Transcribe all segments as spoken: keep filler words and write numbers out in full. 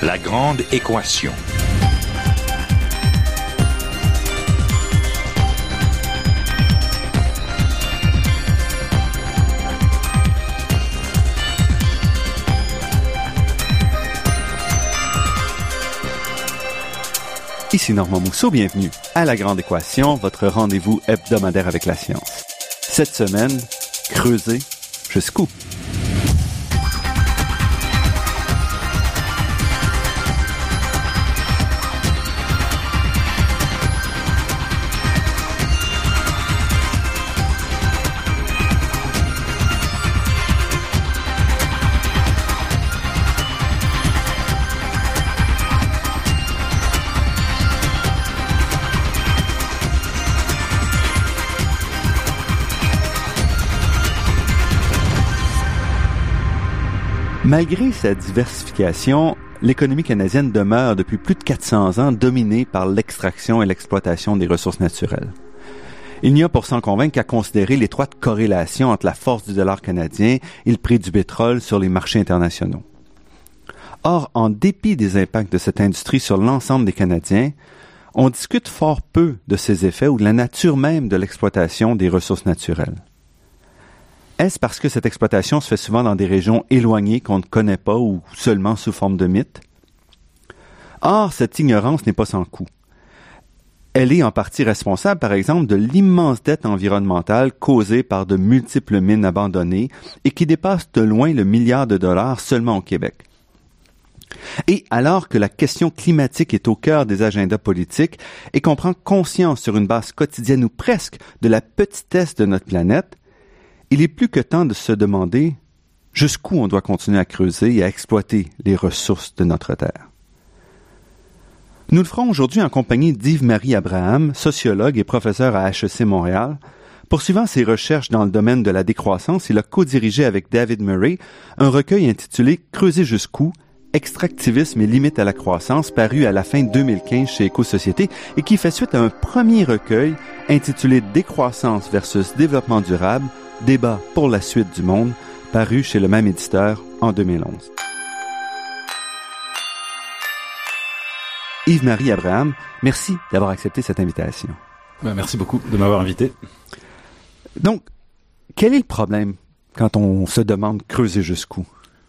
La grande équation. Ici Normand Mousseau, bienvenue à La Grande Équation, votre rendez-vous hebdomadaire avec la science. Cette semaine, creuser jusqu'où? Malgré sa diversification, l'économie canadienne demeure depuis plus de quatre cents ans dominée par l'extraction et l'exploitation des ressources naturelles. Il n'y a pour s'en convaincre qu'à considérer l'étroite corrélation entre la force du dollar canadien et le prix du pétrole sur les marchés internationaux. Or, en dépit des impacts de cette industrie sur l'ensemble des Canadiens, on discute fort peu de ses effets ou de la nature même de l'exploitation des ressources naturelles. Est-ce parce que cette exploitation se fait souvent dans des régions éloignées qu'on ne connaît pas ou seulement sous forme de mythes? Or, cette ignorance n'est pas sans coût. Elle est en partie responsable, par exemple, de l'immense dette environnementale causée par de multiples mines abandonnées et qui dépasse de loin le milliard de dollars seulement au Québec. Et alors que la question climatique est au cœur des agendas politiques et qu'on prend conscience sur une base quotidienne ou presque de la petitesse de notre planète, il est plus que temps de se demander jusqu'où on doit continuer à creuser et à exploiter les ressources de notre Terre. Nous le ferons aujourd'hui en compagnie d'Yves-Marie Abraham, sociologue et professeur à H E C Montréal. Poursuivant ses recherches dans le domaine de la décroissance, il a co-dirigé avec David Murray un recueil intitulé « Creuser jusqu'où? Extractivisme et limites à la croissance » paru à la fin deux mille quinze chez Éco-Société et qui fait suite à un premier recueil intitulé « Décroissance versus développement durable » Débat pour la suite du monde, paru chez le même éditeur en deux mille onze. Yves-Marie Abraham, merci d'avoir accepté cette invitation. Ben, merci beaucoup de m'avoir invité. Donc, quel est le problème quand on se demande creuser jusqu'où?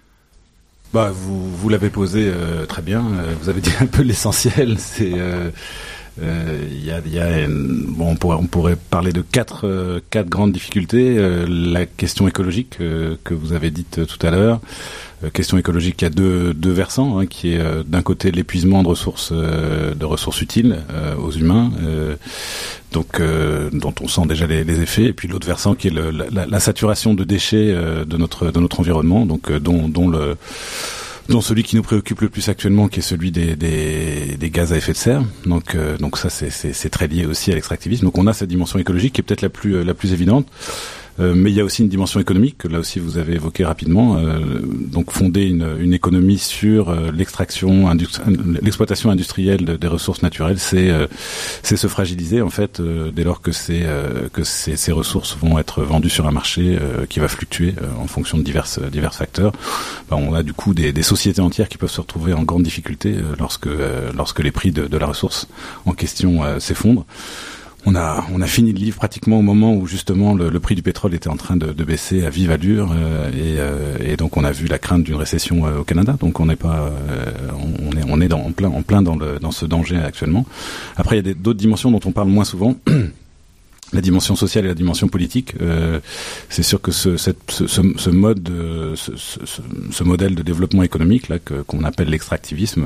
Bah, vous, vous l'avez posé euh, très bien, euh, vous avez dit un peu l'essentiel, c'est... Euh, Euh, y a, y a une, bon, on pourrait, on pourrait parler de quatre, euh, quatre grandes difficultés. Euh, la question écologique euh, que vous avez dite euh, tout à l'heure. Euh, question écologique, il y a deux, deux versants, hein, qui est euh, d'un côté l'épuisement de ressources, euh, de ressources utiles euh, aux humains, euh, donc euh, dont on sent déjà les, les effets, et puis l'autre versant qui est le, la, la saturation de déchets euh, de notre, de notre environnement, donc euh, dont, dont le dont celui qui nous préoccupe le plus actuellement, qui est celui des, des, des gaz à effet de serre. Donc, euh, donc ça, c'est, c'est, c'est très lié aussi à l'extractivisme. Donc, on a cette dimension écologique qui est peut-être la plus, euh, la plus évidente. Euh, mais il y a aussi une dimension économique que là aussi vous avez évoqué rapidement. Euh, donc fonder une, une économie sur euh, l'extraction, industri- l'exploitation industrielle de, des ressources naturelles, c'est, euh, c'est se fragiliser en fait euh, dès lors que, c'est, euh, que ces, ces ressources vont être vendues sur un marché euh, qui va fluctuer euh, en fonction de divers, divers facteurs. Ben, on a du coup des, des sociétés entières qui peuvent se retrouver en grande difficulté euh, lorsque, euh, lorsque les prix de, de la ressource en question euh, s'effondrent. On a, on a fini le livre pratiquement au moment où justement le, le prix du pétrole était en train de, de baisser à vive allure euh, et, euh, et donc on a vu la crainte d'une récession euh, au Canada. Donc on n'est pas, euh, on est, on est dans, en plein, en plein dans le, dans ce danger actuellement. Après il y a des, d'autres dimensions dont on parle moins souvent. La dimension sociale et la dimension politique. Euh, c'est sûr que ce, cette, ce, ce mode, ce, ce, ce modèle de développement économique là que, qu'on appelle l'extractivisme.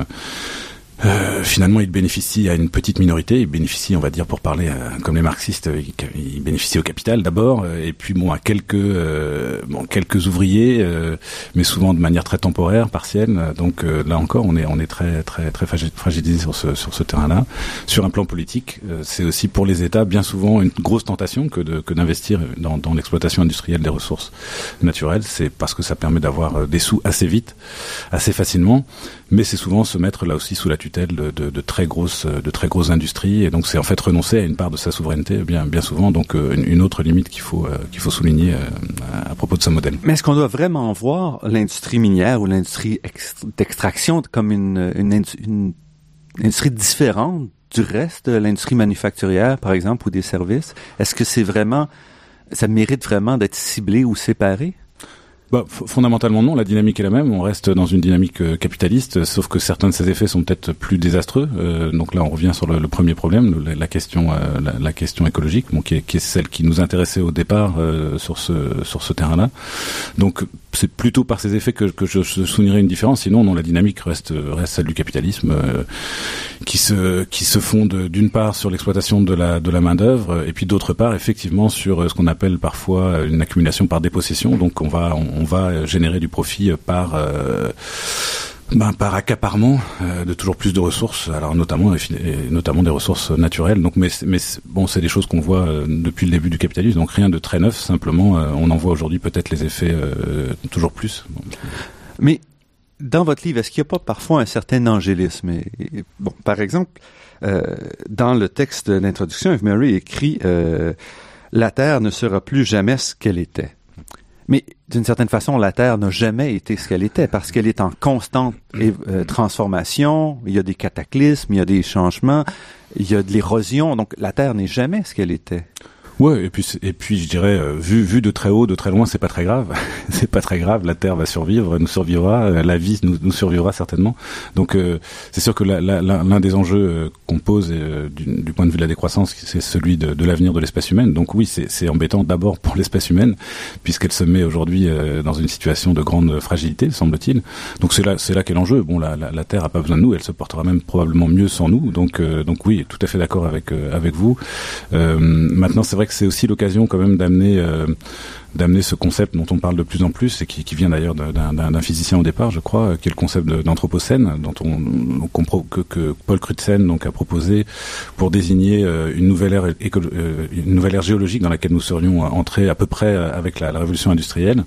Euh, finalement, il bénéficie à une petite minorité. Il bénéficie, on va dire, pour parler euh, comme les marxistes, il, il bénéficie au capital d'abord, euh, et puis bon à quelques euh, bon quelques ouvriers, euh, mais souvent de manière très temporaire, partielle. Donc euh, là encore, on est on est très très très fragilisé sur ce sur ce terrain-là. Sur un plan politique, euh, c'est aussi pour les États bien souvent une grosse tentation que de que d'investir dans dans l'exploitation industrielle des ressources naturelles. C'est parce que ça permet d'avoir des sous assez vite, assez facilement, mais c'est souvent se mettre là aussi sous la tutelle tutelle de, de, de très grosses, de très grosses industries. Et donc c'est en fait renoncer à une part de sa souveraineté, bien, bien souvent. Donc euh, une, une autre limite qu'il faut, euh, qu'il faut souligner euh, à, à propos de ce modèle. Mais est-ce qu'on doit vraiment voir l'industrie minière ou l'industrie ex- d'extraction comme une, une, une, une industrie différente du reste de l'industrie manufacturière, par exemple, ou des services? Est-ce que c'est vraiment, ça mérite vraiment d'être ciblé ou séparé? Bah, f- fondamentalement non, la dynamique est la même, on reste dans une dynamique euh, capitaliste, sauf que certains de ces effets sont peut-être plus désastreux. Euh, donc là on revient sur le, le premier problème, le, la question euh, la, la question écologique, bon, qui, est, qui est celle qui nous intéressait au départ euh, sur ce sur ce terrain-là. Donc c'est plutôt par ces effets que, que je, je soulignerais une différence, sinon non, la dynamique reste reste celle du capitalisme euh, qui se qui se fonde d'une part sur l'exploitation de la de la main-d'œuvre et puis d'autre part effectivement sur ce qu'on appelle parfois une accumulation par dépossession. Donc on va on, on va générer du profit par euh, ben, par accaparement euh, de toujours plus de ressources, alors notamment et notamment des ressources naturelles. Donc mais mais bon, c'est des choses qu'on voit euh, depuis le début du capitalisme, donc rien de très neuf, simplement euh, on en voit aujourd'hui peut-être les effets euh, toujours plus. Bon. Mais dans votre livre, est-ce qu'il n'y a pas parfois un certain angélisme? Et, et, bon, par exemple, euh, dans le texte d'introduction, Eve Murray écrit euh, « La Terre ne sera plus jamais ce qu'elle était ». Mais d'une certaine façon, la Terre n'a jamais été ce qu'elle était parce qu'elle est en constante euh, transformation. Il y a des cataclysmes, il y a des changements, il y a de l'érosion. Donc, la Terre n'est jamais ce qu'elle était. Ouais, et puis et puis je dirais euh, vu vu de très haut, de très loin, c'est pas très grave. C'est pas très grave, la Terre va survivre, nous survivra, la vie nous, nous survivra certainement. Donc euh, c'est sûr que la, la, la, l'un des enjeux euh, qu'on pose euh, du, du point de vue de la décroissance, c'est celui de, de l'avenir de l'espèce humaine. Donc oui, c'est c'est embêtant d'abord pour l'espèce humaine puisqu'elle se met aujourd'hui euh, dans une situation de grande fragilité, semble-t-il. Donc c'est là c'est là qu'est l'enjeu. Bon, la, la, la Terre a pas besoin de nous, elle se portera même probablement mieux sans nous. Donc euh, donc oui, tout à fait d'accord avec euh, avec vous. Euh, maintenant, c'est vrai que c'est aussi l'occasion quand même d'amener euh, d'amener ce concept dont on parle de plus en plus et qui, qui vient d'ailleurs d'un, d'un, d'un physicien au départ, je crois, qui est le concept de, d'anthropocène, dont on, qu'on, que, que Paul Crutzen donc a proposé pour désigner euh, une nouvelle ère éco, euh, une nouvelle ère géologique dans laquelle nous serions entrés à peu près avec la, la révolution industrielle.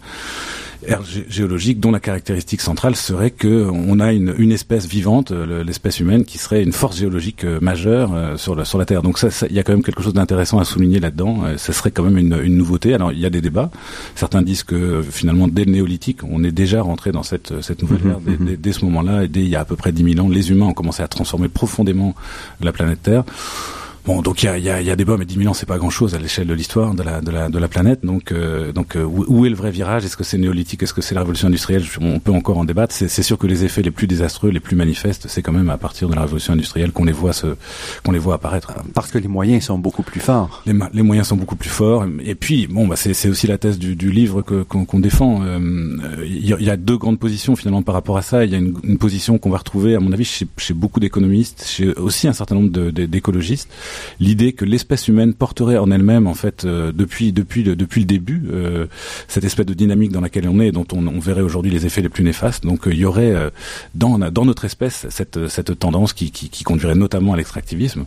Ère gé- géologique dont la caractéristique centrale serait que on a une, une espèce vivante, l'espèce humaine, qui serait une force géologique majeure euh, sur la sur la Terre. Donc ça, il y a quand même quelque chose d'intéressant à souligner là-dedans. Euh, ça serait quand même une, une nouveauté. Alors il y a des débats. Certains disent que euh, finalement dès le néolithique, on est déjà rentré dans cette cette nouvelle ère. Dès, dès, dès ce moment-là, et dès il y a à peu près dix mille ans, les humains ont commencé à transformer profondément la planète Terre. Bon, donc il y a, y a, y a débat, mais dix mille ans c'est pas grand-chose à l'échelle de l'histoire de la de la de la planète. Donc euh, donc euh, où, où est le vrai virage? Est-ce que c'est néolithique? Est-ce que c'est la révolution industrielle? On peut encore en débattre. C'est, c'est sûr que les effets les plus désastreux, les plus manifestes, c'est quand même à partir de la révolution industrielle qu'on les voit se qu'on les voit apparaître. Parce que les moyens sont beaucoup plus forts. Les, les moyens sont beaucoup plus forts. Et puis bon, bah c'est c'est aussi la thèse du, du livre que qu'on, qu'on défend. Il euh, y, a, y a deux grandes positions finalement par rapport à ça. Il y a une, une position qu'on va retrouver à mon avis chez, chez beaucoup d'économistes, chez aussi un certain nombre de, de, d'écologistes. L'idée que l'espèce humaine porterait en elle-même, en fait, euh, depuis depuis le depuis le début, euh, cette espèce de dynamique dans laquelle on est, dont on, on verrait aujourd'hui les effets les plus néfastes. Donc, il euh, y aurait euh, dans dans notre espèce cette cette tendance qui qui, qui conduirait notamment à l'extractivisme.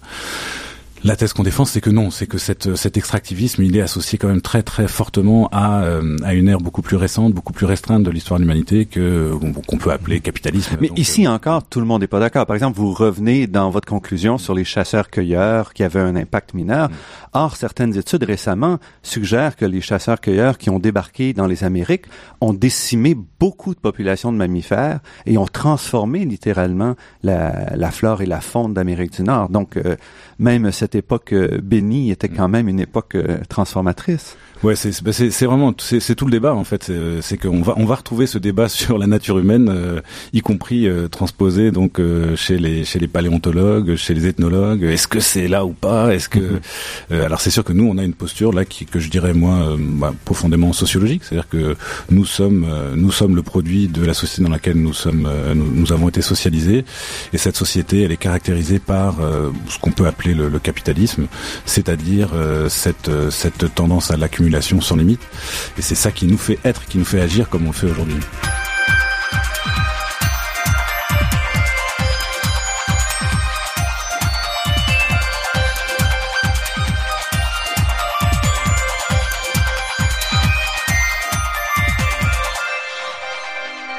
La thèse qu'on défend, c'est que non, c'est que cette, cet extractivisme, il est associé quand même très très fortement à, euh, à une ère beaucoup plus récente, beaucoup plus restreinte de l'histoire de l'humanité que qu'on peut appeler capitalisme. Mais Donc, ici euh... encore, tout le monde n'est pas d'accord. Par exemple, vous revenez dans votre conclusion sur les chasseurs-cueilleurs qui avaient un impact mineur. Mmh. Or, certaines études récemment suggèrent que les chasseurs-cueilleurs qui ont débarqué dans les Amériques ont décimé beaucoup de populations de mammifères et ont transformé littéralement la, la flore et la faune d'Amérique du Nord. Donc, euh, même cette époque euh, bénie était quand même une époque euh, transformatrice. Ouais, c'est c'est, c'est vraiment c'est, c'est tout le débat en fait. C'est, c'est qu'on va on va retrouver ce débat sur la nature humaine, euh, y compris euh, transposé donc euh, chez les chez les paléontologues, chez les ethnologues. Est-ce que c'est là ou pas? Est-ce que mm-hmm. euh, alors c'est sûr que nous on a une posture là qui que je dirais moi euh, bah, profondément sociologique, c'est-à-dire que nous sommes euh, nous sommes le produit de la société dans laquelle nous sommes euh, nous, nous avons été socialisés et cette société elle est caractérisée par euh, ce qu'on peut appeler le, le capitalisme, c'est-à-dire euh, cette euh, cette tendance à l'accumulation sans limite, et c'est ça qui nous fait être, qui nous fait agir comme on le fait aujourd'hui.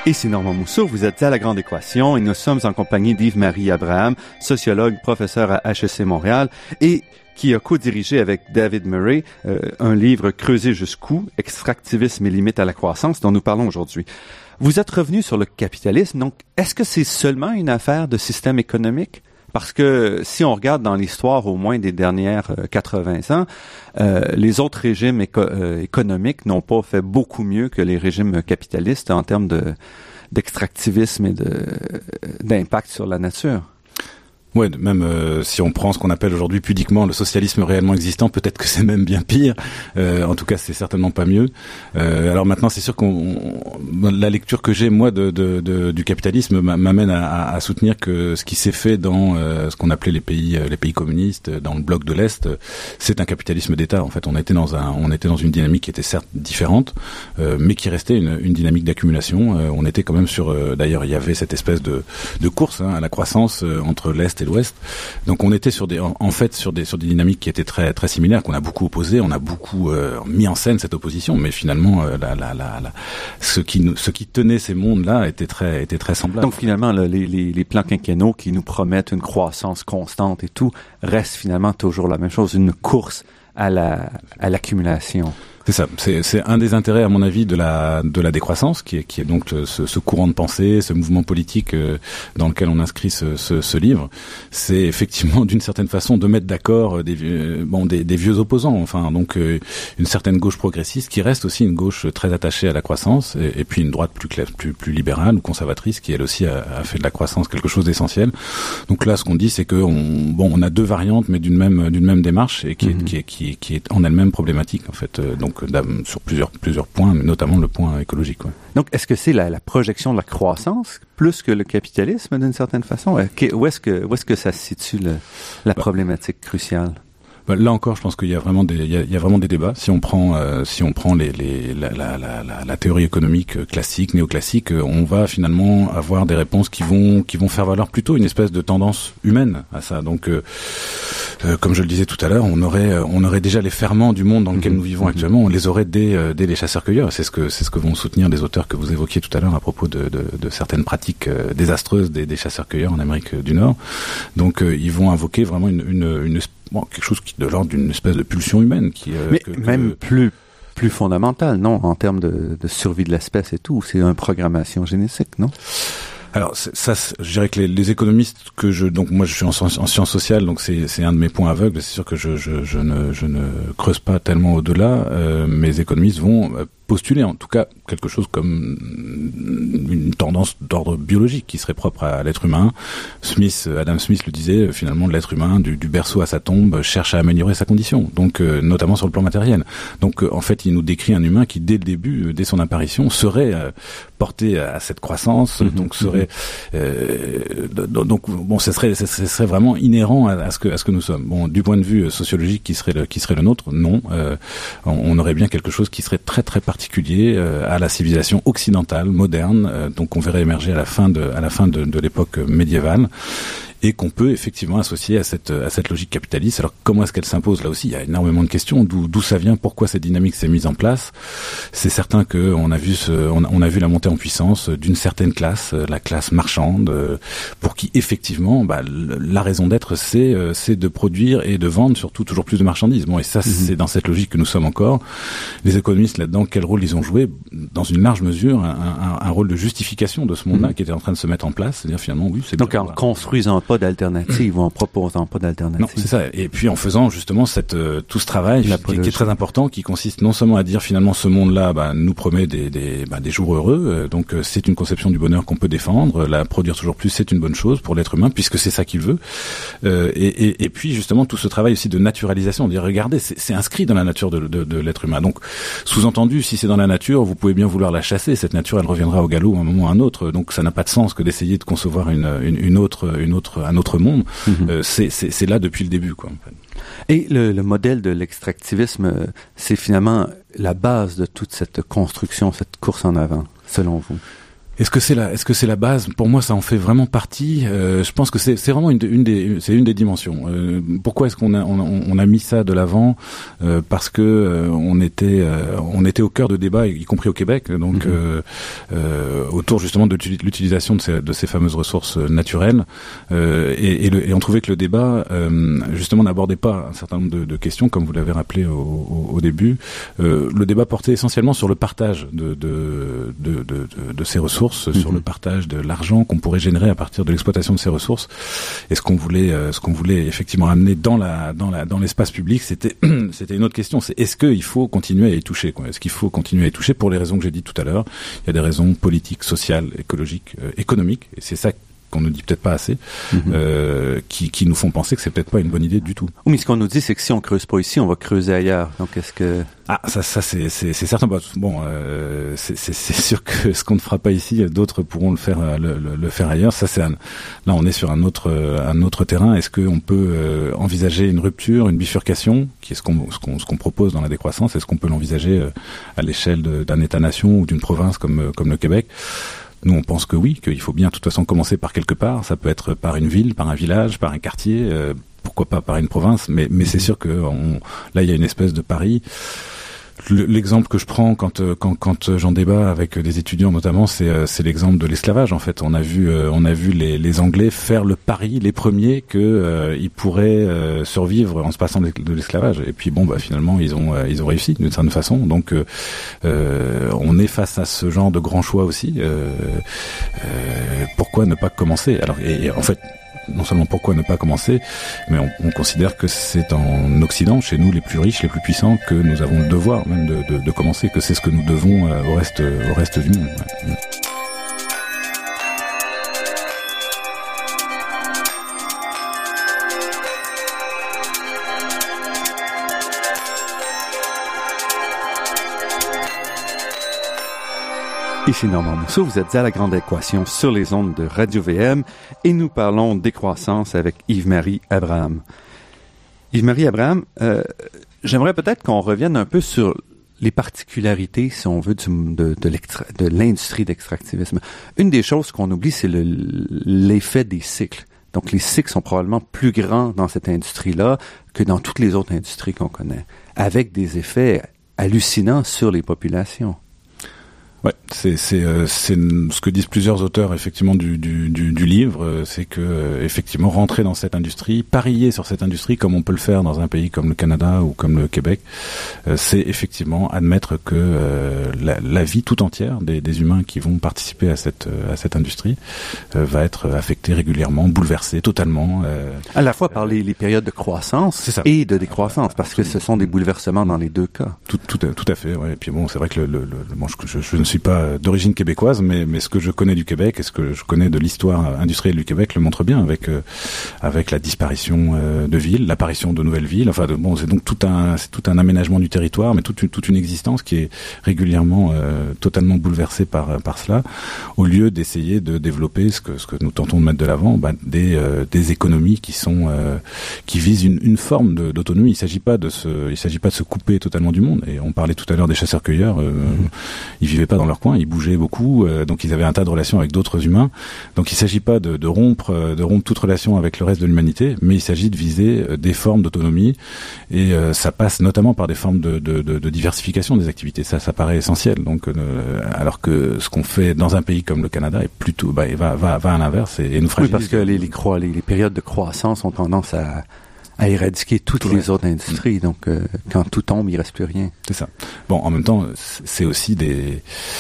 Ici Normand Mousseau, vous êtes à La Grande Équation et nous sommes en compagnie d'Yves-Marie Abraham, sociologue, professeur à H E C Montréal et qui a co-dirigé avec David Murray euh, un livre « Creuser jusqu'où? Extractivisme et limites à la croissance » dont nous parlons aujourd'hui. Vous êtes revenu sur le capitalisme, donc est-ce que c'est seulement une affaire de système économique? Parce que si on regarde dans l'histoire au moins des dernières euh, quatre-vingts ans, euh, les autres régimes éco- euh, économiques n'ont pas fait beaucoup mieux que les régimes capitalistes en termes de, d'extractivisme et de, d'impact sur la nature. Ouais, même euh, si on prend ce qu'on appelle aujourd'hui pudiquement le socialisme réellement existant, peut-être que c'est même bien pire. Euh, en tout cas, c'est certainement pas mieux. Euh, alors maintenant, c'est sûr qu'on on, la lecture que j'ai moi de, de, de du capitalisme m'amène à, à soutenir que ce qui s'est fait dans euh, ce qu'on appelait les pays les pays communistes, dans le bloc de l'Est, c'est un capitalisme d'État. En fait, on était dans un on était dans une dynamique qui était certes différente, euh, mais qui restait une, une dynamique d'accumulation. Euh, on était quand même sur. Euh, d'ailleurs, il y avait cette espèce de de course hein, à la croissance euh, entre l'Est et l'Ouest. Donc on était sur des, en, en fait sur des sur des dynamiques qui étaient très très similaires, qu'on a beaucoup opposées, on a beaucoup euh, mis en scène cette opposition, mais finalement euh, la, la, la, la, ce qui nous, ce qui tenait ces mondes-là était très était très semblable. Donc finalement là, les, les les plans quinquennaux qui nous promettent une croissance constante et tout restent finalement toujours la même chose, une course à la à l'accumulation. C'est ça. C'est, c'est un des intérêts, à mon avis, de la de la décroissance, qui est qui est donc ce, ce courant de pensée, ce mouvement politique euh, dans lequel on inscrit ce, ce, ce livre. C'est effectivement, d'une certaine façon, de mettre d'accord des vieux, bon des, des vieux opposants. Enfin, donc euh, une certaine gauche progressiste qui reste aussi une gauche très attachée à la croissance, et, et puis une droite plus claire, plus plus libérale ou conservatrice qui elle aussi a, a fait de la croissance quelque chose d'essentiel. Donc là, ce qu'on dit, c'est que on bon on a deux variantes, mais d'une même d'une même démarche et qui est, mmh. qui est qui est qui est en elle-même problématique en fait. Donc sur plusieurs plusieurs points, mais notamment le point écologique. Ouais. Donc, est-ce que c'est la, la projection de la croissance plus que le capitalisme d'une certaine façon? Où est-ce que où est-ce que ça se situe le, la problématique cruciale? Bah, là encore, je pense qu'il y a vraiment des, il y a, il y a vraiment des débats. Si on prend, euh, si on prend les, les, la, la, la, la, la théorie économique classique, néoclassique, on va finalement avoir des réponses qui vont, qui vont faire valoir plutôt une espèce de tendance humaine à ça. Donc, euh, euh, comme je le disais tout à l'heure, on aurait, on aurait déjà les ferments du monde dans lequel mmh. nous vivons mmh. actuellement. On les aurait dès, euh, dès les chasseurs-cueilleurs. C'est ce que, c'est ce que vont soutenir les auteurs que vous évoquiez tout à l'heure à propos de, de, de certaines pratiques euh, désastreuses des, des chasseurs-cueilleurs en Amérique du Nord. Donc, euh, ils vont invoquer vraiment une, une, une Bon, quelque chose qui de l'ordre d'une espèce de pulsion humaine qui euh, mais que, même que... plus plus fondamental, non, en termes de, de survie de l'espèce et tout, c'est une programmation génétique, non? Alors ça, je dirais que les, les économistes que je, donc moi je suis en, en sciences sociales, donc c'est, c'est un de mes points aveugles. C'est sûr que je, je, je ne, je ne creuse pas tellement au-delà. Euh, mes économistes vont postuler, en tout cas, quelque chose comme une tendance d'ordre biologique qui serait propre à l'être humain. Smith, Adam Smith le disait, finalement, l'être humain, du, du berceau à sa tombe, cherche à améliorer sa condition, donc euh, notamment sur le plan matériel. Donc, euh, en fait, il nous décrit un humain qui, dès le début, euh, dès son apparition, serait euh, porté à cette croissance, mmh, donc serait, euh, donc bon, ce serait, ce serait vraiment inhérent à, à ce que, à ce que nous sommes. Bon, du point de vue sociologique, qui serait le, qui serait le nôtre, non. Euh, on, on aurait bien quelque chose qui serait très, très particulier euh, à la civilisation occidentale, moderne, euh, donc on verrait émerger à la fin de, à la fin de, de l'époque médiévale. Et qu'on peut effectivement associer à cette à cette logique capitaliste. Alors comment est-ce qu'elle s'impose? Là aussi, il y a énormément de questions. D'où d'où ça vient? Pourquoi cette dynamique s'est mise en place? C'est certain que on a vu ce, on a, on a vu la montée en puissance d'une certaine classe, la classe marchande, pour qui effectivement, bah, la raison d'être, c'est c'est de produire et de vendre surtout toujours plus de marchandises. Bon, et ça, mm-hmm. c'est dans cette logique que nous sommes encore. Les économistes là-dedans, quel rôle ils ont joué? Dans une large mesure, un, un, un rôle de justification de ce monde-là mm-hmm. qui était en train de se mettre en place. C'est-à-dire finalement, oui, c'est donc bien, en voilà. construisant pas d'alternative ou en proposant pas d'alternative. Non, c'est ça. Et puis en faisant justement cette euh, tout ce travail qui, qui est très important, qui consiste non seulement à dire finalement ce monde-là bah, nous promet des des, bah, des jours heureux, euh, donc euh, c'est une conception du bonheur qu'on peut défendre. La produire toujours plus, c'est une bonne chose pour l'être humain puisque c'est ça qu'il veut. Euh, et, et, et puis justement tout ce travail aussi de naturalisation, de dire regardez, c'est, c'est inscrit dans la nature de, de, de l'être humain. Donc sous-entendu, si c'est dans la nature, vous pouvez bien vouloir la chasser. Cette nature, elle reviendra au galop à un moment ou à un autre. Donc ça n'a pas de sens que d'essayer de concevoir une, une, une autre, une autre, un autre monde. Mmh. Euh, c'est, c'est, c'est là depuis le début, quoi. En fait. Et le, le modèle de l'extractivisme, c'est finalement la base de toute cette construction, cette course en avant, selon vous? Est-ce que c'est la, est-ce que c'est la base? Pour moi, ça en fait vraiment partie. Euh, je pense que c'est, c'est vraiment une, une des, c'est une des dimensions. Euh, pourquoi est-ce qu'on a, on, on a mis ça de l'avant? euh, Parce que euh, on était, euh, on était au cœur de débats, y compris au Québec, donc mm-hmm. euh, euh, autour justement de l'utilisation de ces, de ces fameuses ressources naturelles. Euh, et, et, le, et on trouvait que le débat, euh, justement, n'abordait pas un certain nombre de, de questions, comme vous l'avez rappelé au, au, au début. Euh, le débat portait essentiellement sur le partage de, de, de, de, de, de ces ressources. Mmh. Sur le partage de l'argent qu'on pourrait générer à partir de l'exploitation de ces ressources. Et ce qu'on voulait, euh, ce qu'on voulait effectivement amener dans la, dans la, dans l'espace public, c'était, c'était une autre question. C'est est-ce qu'il faut continuer à y toucher, quoi? Est-ce qu'il faut continuer à y toucher pour les raisons que j'ai dites tout à l'heure? Il y a des raisons politiques, sociales, écologiques, euh, économiques, et c'est ça qu'on ne dit peut-être pas assez, mmh. euh, qui, qui nous font penser que c'est peut-être pas une bonne idée du tout. Oui, mais ce qu'on nous dit, c'est que si on creuse pas ici, on va creuser ailleurs. Donc, est-ce que... Ah, ça, ça, c'est, c'est, c'est certain. Bon, euh, c'est, c'est, c'est sûr que ce qu'on ne fera pas ici, d'autres pourront le faire, le, le, le faire ailleurs. Ça, c'est un, là, on est sur un autre, un autre terrain. Est-ce qu'on peut euh, envisager une rupture, une bifurcation, qui est ce qu'on, ce qu'on, ce qu'on propose dans la décroissance? Est-ce qu'on peut l'envisager euh, à l'échelle de, d'un État-nation ou d'une province comme, comme le Québec? Nous, on pense que oui, qu'il faut bien, de toute façon, commencer par quelque part. Ça peut être par une ville, par un village, par un quartier, euh, pourquoi pas par une province. Mais, mais c'est sûr que on, là, il y a une espèce de pari. L'exemple que je prends quand quand quand j'en débat avec des étudiants notamment, c'est c'est l'exemple de l'esclavage. En fait, on a vu on a vu les les Anglais faire le pari, les premiers, que euh, ils pourraient euh, survivre en se passant de l'esclavage. Et puis bon, bah finalement ils ont euh, ils ont réussi d'une certaine façon. Donc euh, euh, on est face à ce genre de grands choix aussi. Euh, euh, pourquoi ne pas commencer? Alors et, et en fait. Non seulement pourquoi ne pas commencer, mais on, on considère que c'est en Occident, chez nous les plus riches, les plus puissants, que nous avons le devoir même de, de, de commencer, que c'est ce que nous devons euh, au reste, au reste du monde. Ouais. Ici Normand Mousseau, vous êtes à La Grande Équation sur les ondes de Radio-V M et nous parlons décroissance avec Yves-Marie Abraham. Yves-Marie Abraham, euh, j'aimerais peut-être qu'on revienne un peu sur les particularités, si on veut, du, de, de, de l'industrie d'extractivisme. Une des choses qu'on oublie, c'est le, l'effet des cycles. Donc les cycles sont probablement plus grands dans cette industrie-là que dans toutes les autres industries qu'on connaît, avec des effets hallucinants sur les populations. Ouais, c'est c'est euh, c'est ce que disent plusieurs auteurs effectivement du du du, du livre, euh, c'est que euh, effectivement rentrer dans cette industrie, parier sur cette industrie comme on peut le faire dans un pays comme le Canada ou comme le Québec, euh, c'est effectivement admettre que euh, la, la vie tout entière des des humains qui vont participer à cette à cette industrie euh, va être affectée régulièrement, bouleversée totalement. Euh, à la fois par les, les périodes de croissance c'est ça. Et de décroissance, parce Absolument. Que ce sont des bouleversements dans les deux cas. Tout tout tout à fait. Ouais. Et puis bon, c'est vrai que le, le, le bon, je, je, je ne suis pas d'origine québécoise, mais mais ce que je connais du Québec et ce que je connais de l'histoire industrielle du Québec le montre bien, avec euh, avec la disparition euh, de villes, l'apparition de nouvelles villes. Enfin, de, bon, c'est donc tout un c'est tout un aménagement du territoire, mais toute une toute une existence qui est régulièrement euh, totalement bouleversée par par cela. Au lieu d'essayer de développer ce que ce que nous tentons de mettre de l'avant, bah, des euh, des économies qui sont euh, qui visent une une forme de, d'autonomie. Il s'agit pas de se il s'agit pas de se couper totalement du monde. Et on parlait tout à l'heure des chasseurs-cueilleurs. Euh, mmh. Ils vivaient pas dans leur coin, ils bougeaient beaucoup, euh, donc ils avaient un tas de relations avec d'autres humains. Donc il s'agit pas de, de rompre, euh, de rompre toute relation avec le reste de l'humanité, mais il s'agit de viser euh, des formes d'autonomie, et euh, ça passe notamment par des formes de, de, de, de diversification des activités. Ça, ça paraît essentiel. Donc, euh, alors que ce qu'on fait dans un pays comme le Canada est plutôt, bah, va, va, va à l'inverse et, et nous fragilise. Oui, parce que les, les, cro- les, les périodes de croissance ont tendance à à éradiquer toutes tout les vrai. autres industries. Donc, euh, quand tout tombe, il reste plus rien. C'est ça. Bon, en même temps, c'est aussi des...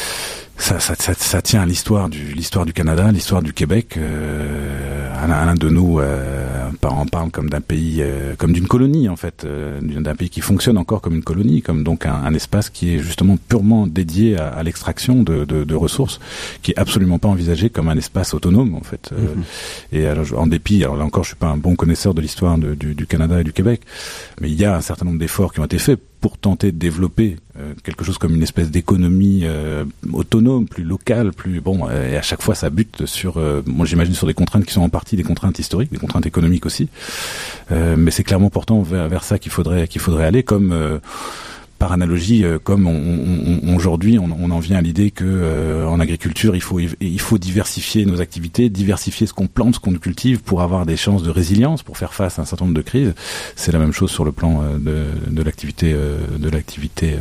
Ça, ça, ça, ça tient à l'histoire du, l'histoire du Canada, l'histoire du Québec. Euh, l'un de nous euh, on parle comme d'un pays, euh, comme d'une colonie en fait, euh, d'un pays qui fonctionne encore comme une colonie, comme donc un, un espace qui est justement purement dédié à, à l'extraction de, de, de ressources, qui est absolument pas envisagé comme un espace autonome en fait. Euh, mm-hmm. Et alors, en dépit, alors là encore, je suis pas un bon connaisseur de l'histoire de, du, du Canada et du Québec, mais il y a un certain nombre d'efforts qui ont été faits pour tenter de développer euh, quelque chose comme une espèce d'économie euh, autonome, plus locale, plus bon, euh, et à chaque fois ça bute sur, euh, moi j'imagine sur des contraintes qui sont en partie des contraintes historiques, des contraintes économiques aussi, euh, mais c'est clairement portant vers, vers ça qu'il faudrait qu'il faudrait aller, comme euh, par analogie, euh, comme on, on, on, aujourd'hui, on, on en vient à l'idée que euh, en agriculture, il faut il faut diversifier nos activités, diversifier ce qu'on plante, ce qu'on cultive, pour avoir des chances de résilience, pour faire face à un certain nombre de crises. C'est la même chose sur le plan euh, de, de l'activité euh, de l'activité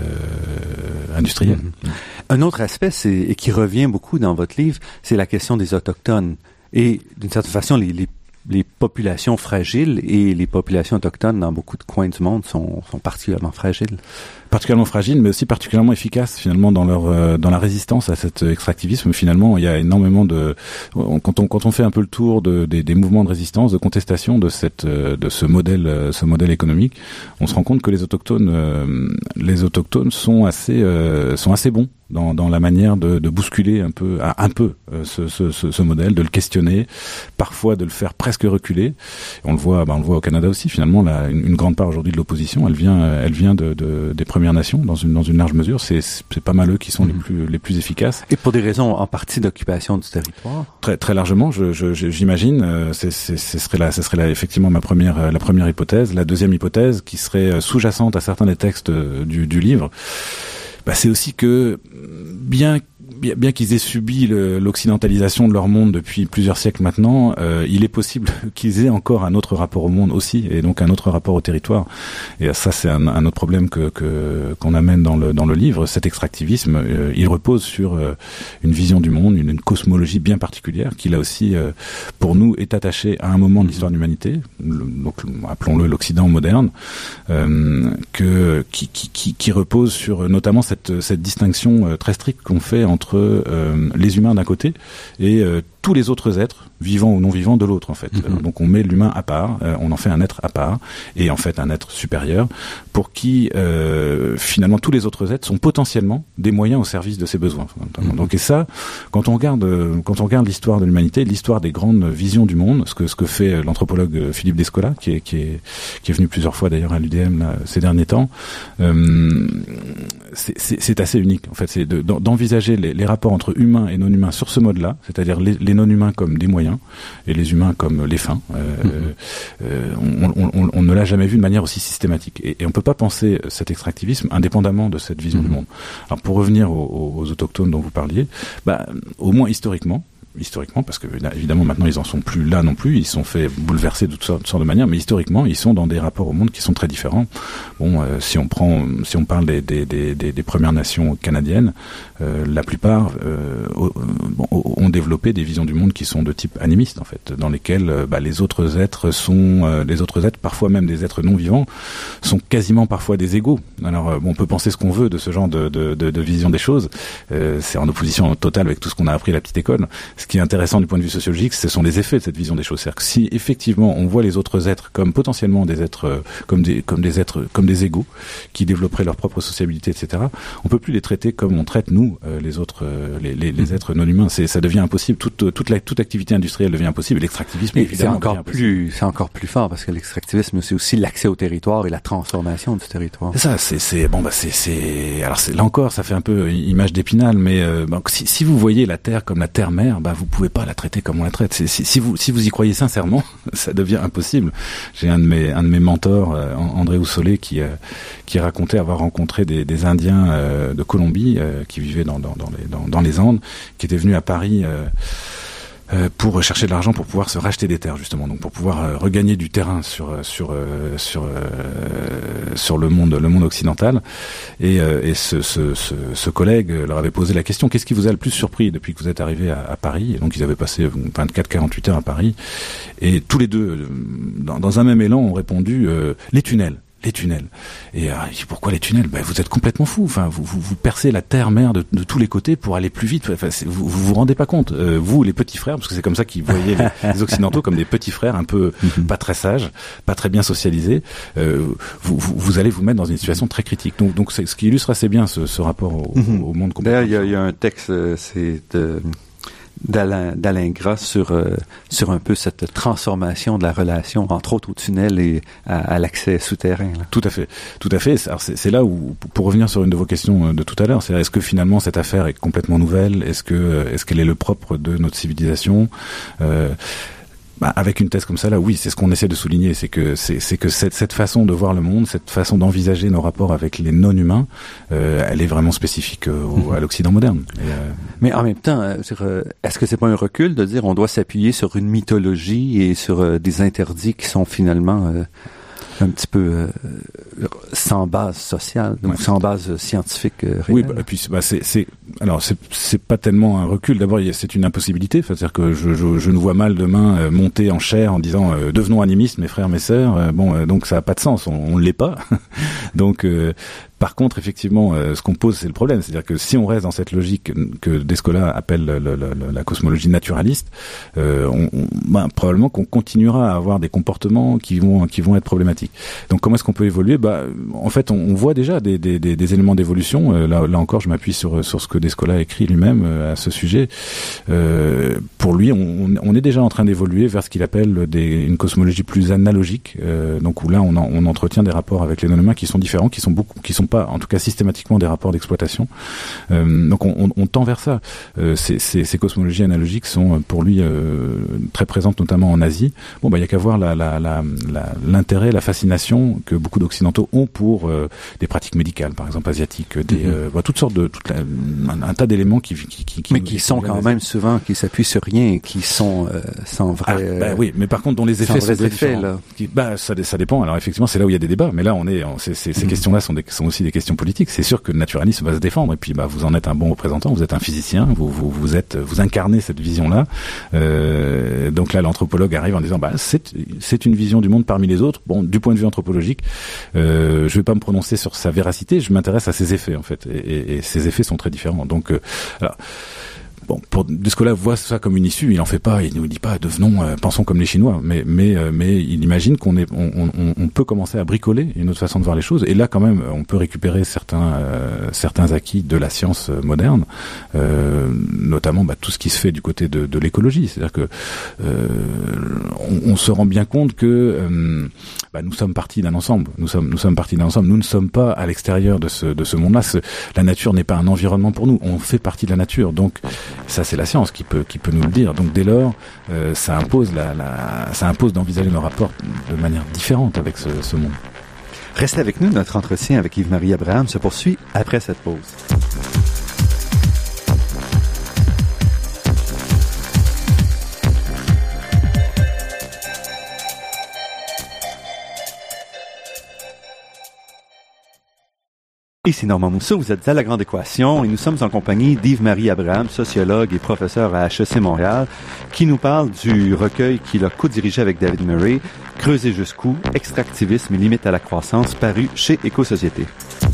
euh, industrielle. Mmh. Un autre aspect, c'est et qui revient beaucoup dans votre livre, c'est la question des autochtones. Et d'une certaine façon, les, les les populations fragiles et les populations autochtones dans beaucoup de coins du monde sont, sont particulièrement fragiles. Particulièrement fragiles, mais aussi particulièrement efficaces finalement dans leur euh, dans la résistance à cet extractivisme. Finalement, il y a énormément de quand on quand on fait un peu le tour de, des, des mouvements de résistance, de contestation de cette de ce modèle ce modèle économique, on se rend compte que les autochtones euh, les autochtones sont assez euh, sont assez bons dans dans la manière de, de bousculer un peu un peu euh, ce, ce ce ce modèle, de le questionner, parfois de le faire presque reculer. On le voit, bah, on le voit au Canada aussi. Finalement, là, une, une grande part aujourd'hui de l'opposition, elle vient elle vient de, de des Premières Nations dans une dans une large mesure. C'est c'est pas mal eux qui sont mmh. les plus les plus efficaces. Et pour des raisons en partie d'occupation du territoire. Très très largement, je, je, j'imagine. Euh, c'est, c'est, ce serait là, ce serait là effectivement ma première la première hypothèse. La deuxième hypothèse, qui serait sous-jacente à certains des textes du, du livre, bah, c'est aussi que bien Bien, bien qu'ils aient subi le, l'occidentalisation de leur monde depuis plusieurs siècles maintenant, euh, il est possible qu'ils aient encore un autre rapport au monde aussi, et donc un autre rapport au territoire. Et ça, c'est un, un autre problème que, que qu'on amène dans le dans le livre. Cet extractivisme, euh, il repose sur euh, une vision du monde, une, une cosmologie bien particulière, qui là aussi, euh, pour nous, est attachée à un moment de l'histoire de l'humanité, le, donc appelons-le l'Occident moderne, euh, que qui, qui qui qui repose sur notamment cette cette distinction très stricte qu'on fait entre euh, les humains d'un côté et euh, tous les autres êtres, vivants ou non vivants, de l'autre en fait. Mm-hmm. Donc on met l'humain à part, euh, on en fait un être à part, et en fait un être supérieur, pour qui euh, finalement tous les autres êtres sont potentiellement des moyens au service de ses besoins. Mm-hmm. Donc et ça, quand on regarde, quand on regarde l'histoire de l'humanité, l'histoire des grandes visions du monde, ce que ce que fait l'anthropologue Philippe Descola, qui est qui est qui est venu plusieurs fois d'ailleurs à l'U D M là, ces derniers temps, euh, c'est, c'est, c'est assez unique en fait, c'est de, d'envisager les, les rapports entre humains et non humains sur ce mode-là, c'est-à-dire les, les non-humains comme des moyens et les humains comme les fins. Euh, mmh. euh, on, on, on ne l'a jamais vu de manière aussi systématique. Et, et on ne peut pas penser cet extractivisme indépendamment de cette vision mmh. du monde. Alors pour revenir aux, aux autochtones dont vous parliez, bah, au moins historiquement, historiquement, parce que évidemment maintenant ils en sont plus là non plus, ils sont fait bouleverser de toutes sortes, toutes sortes de manières, mais historiquement ils sont dans des rapports au monde qui sont très différents. Bon, euh, si on prend, si on parle des des des, des, des Premières Nations canadiennes, euh, la plupart euh, bon, ont développé des visions du monde qui sont de type animiste en fait, dans lesquelles euh, bah, les autres êtres sont, euh, les autres êtres, parfois même des êtres non vivants, sont quasiment parfois des égaux. Alors euh, bon, on peut penser ce qu'on veut de ce genre de de, de, de vision des choses, euh, c'est en opposition totale avec tout ce qu'on a appris à la petite école. Ce qui est intéressant du point de vue sociologique, ce sont les effets de cette vision des choses. C'est-à-dire que si effectivement on voit les autres êtres comme potentiellement des êtres, euh, comme des comme des êtres, comme des égaux qui développeraient leur propre sociabilité, et cetera, on peut plus les traiter comme on traite nous euh, les autres, euh, les, les, les êtres non humains. C'est ça devient impossible. Toute toute la toute activité industrielle devient impossible. L'extractivisme, évidemment, c'est encore plus c'est encore plus fort parce que l'extractivisme c'est aussi l'accès au territoire et la transformation du territoire. C'est ça. C'est c'est bon bah c'est c'est alors c'est là encore ça fait un peu image d'Épinal, mais euh, bon, si si vous voyez la terre comme la terre-mère, bah vous pouvez pas la traiter comme on la traite. C'est, si, si vous si vous y croyez sincèrement, ça devient impossible. J'ai un de mes un de mes mentors, euh, André Houssolet, qui euh, qui racontait avoir rencontré des, des Indiens euh, de Colombie euh, qui vivaient dans dans dans les dans, dans les Andes, qui étaient venus à Paris euh, euh, pour chercher de l'argent pour pouvoir se racheter des terres justement, donc pour pouvoir euh, regagner du terrain sur sur euh, sur euh, sur le monde le monde occidental. Et, euh, et ce, ce, ce, ce collègue leur avait posé la question: qu'est-ce qui vous a le plus surpris depuis que vous êtes arrivé à, à Paris? Et donc ils avaient passé vingt-quatre à quarante-huit heures à Paris, et tous les deux, dans, dans un même élan, ont répondu euh, les tunnels. Les tunnels. Et euh, pourquoi les tunnels? Ben, vous êtes complètement fou. Enfin, vous, vous, vous percez la terre-mer de, de tous les côtés pour aller plus vite. Enfin, c'est, vous, vous vous rendez pas compte. Euh, vous, les petits frères, parce que c'est comme ça qu'ils voyaient les, les Occidentaux comme des petits frères, un peu pas très sages, pas très bien socialisés. Euh, vous, vous, vous allez vous mettre dans une situation très critique. Donc, donc c'est ce qui illustre assez bien ce, ce rapport au, au monde. D'ailleurs, il y a, il y a un texte, c'est de d'Alain, d'Alain Gras sur euh, sur un peu cette transformation de la relation, entre autres au tunnel et à, à l'accès souterrain. Là. Tout à fait, tout à fait. Alors c'est, c'est là où, pour revenir sur une de vos questions de tout à l'heure, c'est est-ce que finalement cette affaire est complètement nouvelle? Est-ce que est-ce qu'elle est le propre de notre civilisation? euh, Bah, avec une thèse comme ça, là, oui, c'est ce qu'on essaie de souligner, c'est que c'est, c'est que cette, cette façon de voir le monde, cette façon d'envisager nos rapports avec les non-humains, euh, elle est vraiment spécifique euh, au, à l'Occident moderne. Et, euh... Mais en même temps, euh, est-ce que c'est pas un recul de dire on doit s'appuyer sur une mythologie et sur euh, des interdits qui sont finalement euh, un petit peu euh, sans base sociale, donc ouais. sans base scientifique euh, réelle? Oui, bah, et puis bah, c'est, c'est alors c'est c'est pas tellement un recul. D'abord, c'est une impossibilité. C'est-à-dire que je, je, je nous vois mal demain euh, monter en chair en disant euh, devenons animistes, mes frères, mes sœurs. Euh, bon, euh, donc ça a pas de sens. On, on l'est pas. donc euh, Par contre, effectivement, euh, ce qu'on pose, c'est le problème. C'est-à-dire que si on reste dans cette logique que Descola appelle le, le, le, la cosmologie naturaliste, euh, on, on, bah, probablement qu'on continuera à avoir des comportements qui vont qui vont être problématiques. Donc, comment est-ce qu'on peut évoluer? Bah, en fait, on, on voit déjà des, des, des, des éléments d'évolution. Euh, là, là encore, je m'appuie sur sur ce que Descola a écrit lui-même euh, à ce sujet. Euh, pour lui, on, on est déjà en train d'évoluer vers ce qu'il appelle des, une cosmologie plus analogique. Euh, donc, où là, on, en, on entretient des rapports avec les non-humains qui sont différents, qui sont beaucoup, qui sont pas, en tout cas systématiquement, des rapports d'exploitation. Euh, donc on, on, on tend vers ça. Euh, ces, ces, ces cosmologies analogiques sont pour lui euh, très présentes, notamment en Asie. Bon, bah il y a qu'à voir la, la, la, la, l'intérêt, la fascination que beaucoup d'occidentaux ont pour euh, des pratiques médicales, par exemple asiatiques, des, mm-hmm. euh, bah, toutes sortes de, toute la, un, un tas d'éléments qui, qui, qui, qui mais qui sont quand même souvent, qui s'appuient sur rien, et qui sont euh, sans vrai. Ah, bah oui, mais par contre dont les effets sont très effets, là. Qui, bah ça, ça dépend. Alors effectivement, c'est là où il y a des débats. Mais là, on est, on, c'est, c'est, ces mm-hmm. questions-là sont, des, sont aussi des questions politiques. C'est sûr que le naturalisme va se défendre, et puis bah vous en êtes un bon représentant, vous êtes un physicien, vous vous, vous êtes vous incarnez cette vision-là. Euh, donc là, l'anthropologue arrive en disant bah c'est c'est une vision du monde parmi les autres. Bon, du point de vue anthropologique, euh, je vais pas me prononcer sur sa véracité, je m'intéresse à ses effets en fait, et, et, et ces effets sont très différents. Donc euh, alors, bon, pour Descola voit ça comme une issue, il en fait pas, il nous dit pas devenons, euh, pensons comme les Chinois, mais mais euh, mais il imagine qu'on est, on, on, on peut commencer à bricoler une autre façon de voir les choses, et là quand même on peut récupérer certains euh, certains acquis de la science moderne, euh, notamment bah, tout ce qui se fait du côté de, de l'écologie, c'est-à-dire que euh, on, on se rend bien compte que euh, bah, nous sommes partis d'un ensemble, nous sommes nous sommes partis d'un ensemble, nous ne sommes pas à l'extérieur de ce de ce monde-là, ce, la nature n'est pas un environnement pour nous, on fait partie de la nature, donc ça, c'est la science qui peut qui peut nous le dire. Donc dès lors, euh, ça impose la, la ça impose d'envisager nos rapports de manière différente avec ce, ce monde. Restez avec nous. Notre entretien avec Yves-Marie Abraham se poursuit après cette pause. Ici Normand Mousseau, vous êtes à La Grande Équation et nous sommes en compagnie d'Yves-Marie Abraham, sociologue et professeur à H E C Montréal, qui nous parle du recueil qu'il a co-dirigé avec David Murray, Creuser jusqu'où, extractivisme et limite à la croissance, paru chez Éco-Société.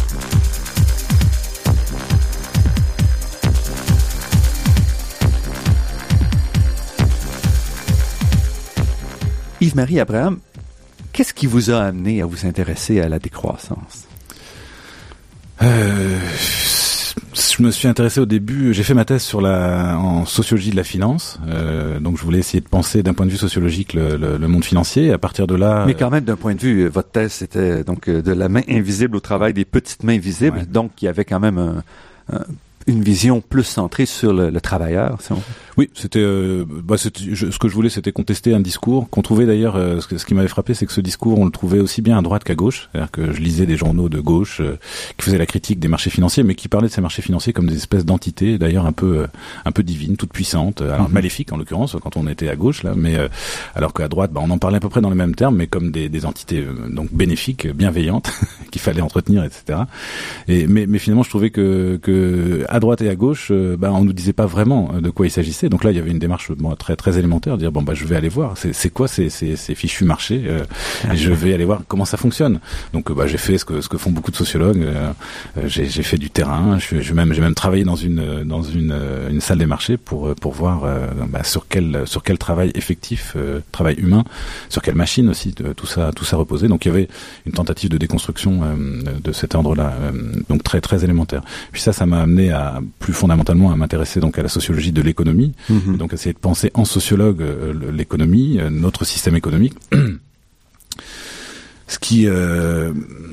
Yves-Marie Abraham, qu'est-ce qui vous a amené à vous intéresser à la décroissance? Euh, je me suis intéressé au début, j'ai fait ma thèse sur la, en sociologie de la finance, euh, donc je voulais essayer de penser d'un point de vue sociologique le, le, le monde financier, et à partir de là... Mais quand même, d'un point de vue, votre thèse, c'était donc de la main invisible au travail des petites mains visibles, ouais. Donc il y avait quand même un, un, une vision plus centrée sur le, le travailleur, si on veut. Oui, c'était, euh, bah, c'était je, ce que je voulais, c'était contester un discours qu'on trouvait d'ailleurs. Euh, ce, ce qui m'avait frappé, c'est que ce discours, on le trouvait aussi bien à droite qu'à gauche. C'est-à-dire que je lisais des journaux de gauche euh, qui faisaient la critique des marchés financiers, mais qui parlaient de ces marchés financiers comme des espèces d'entités, d'ailleurs un peu, euh, un peu divines, toutes puissantes, alors mm-hmm. maléfiques en l'occurrence quand on était à gauche là, mais euh, alors qu'à droite, bah, on en parlait à peu près dans les mêmes termes, mais comme des, des entités euh, donc bénéfiques, bienveillantes, qu'il fallait entretenir, et cetera. Et mais, mais finalement, je trouvais que, que à droite et à gauche, euh, bah, on nous disait pas vraiment de quoi il s'agissait. Donc là, il y avait une démarche bon, très très élémentaire, dire bon bah je vais aller voir c'est c'est quoi ces ces, ces fichus marchés, euh, et je vais aller voir comment ça fonctionne. Donc bah j'ai fait ce que ce que font beaucoup de sociologues, euh, j'ai j'ai fait du terrain, je j'ai même j'ai même travaillé dans une dans une une salle des marchés pour pour voir euh, bah, sur quel sur quel travail effectif, euh, travail humain, sur quelle machine aussi de, tout ça tout ça reposait. Donc il y avait une tentative de déconstruction euh, de cet ordre-là, euh, donc très très élémentaire. Puis ça ça m'a amené à plus fondamentalement à m'intéresser donc à la sociologie de l'économie, mmh. donc essayer de penser en sociologue euh, l'économie, euh, notre système économique. Ce ce qui euh,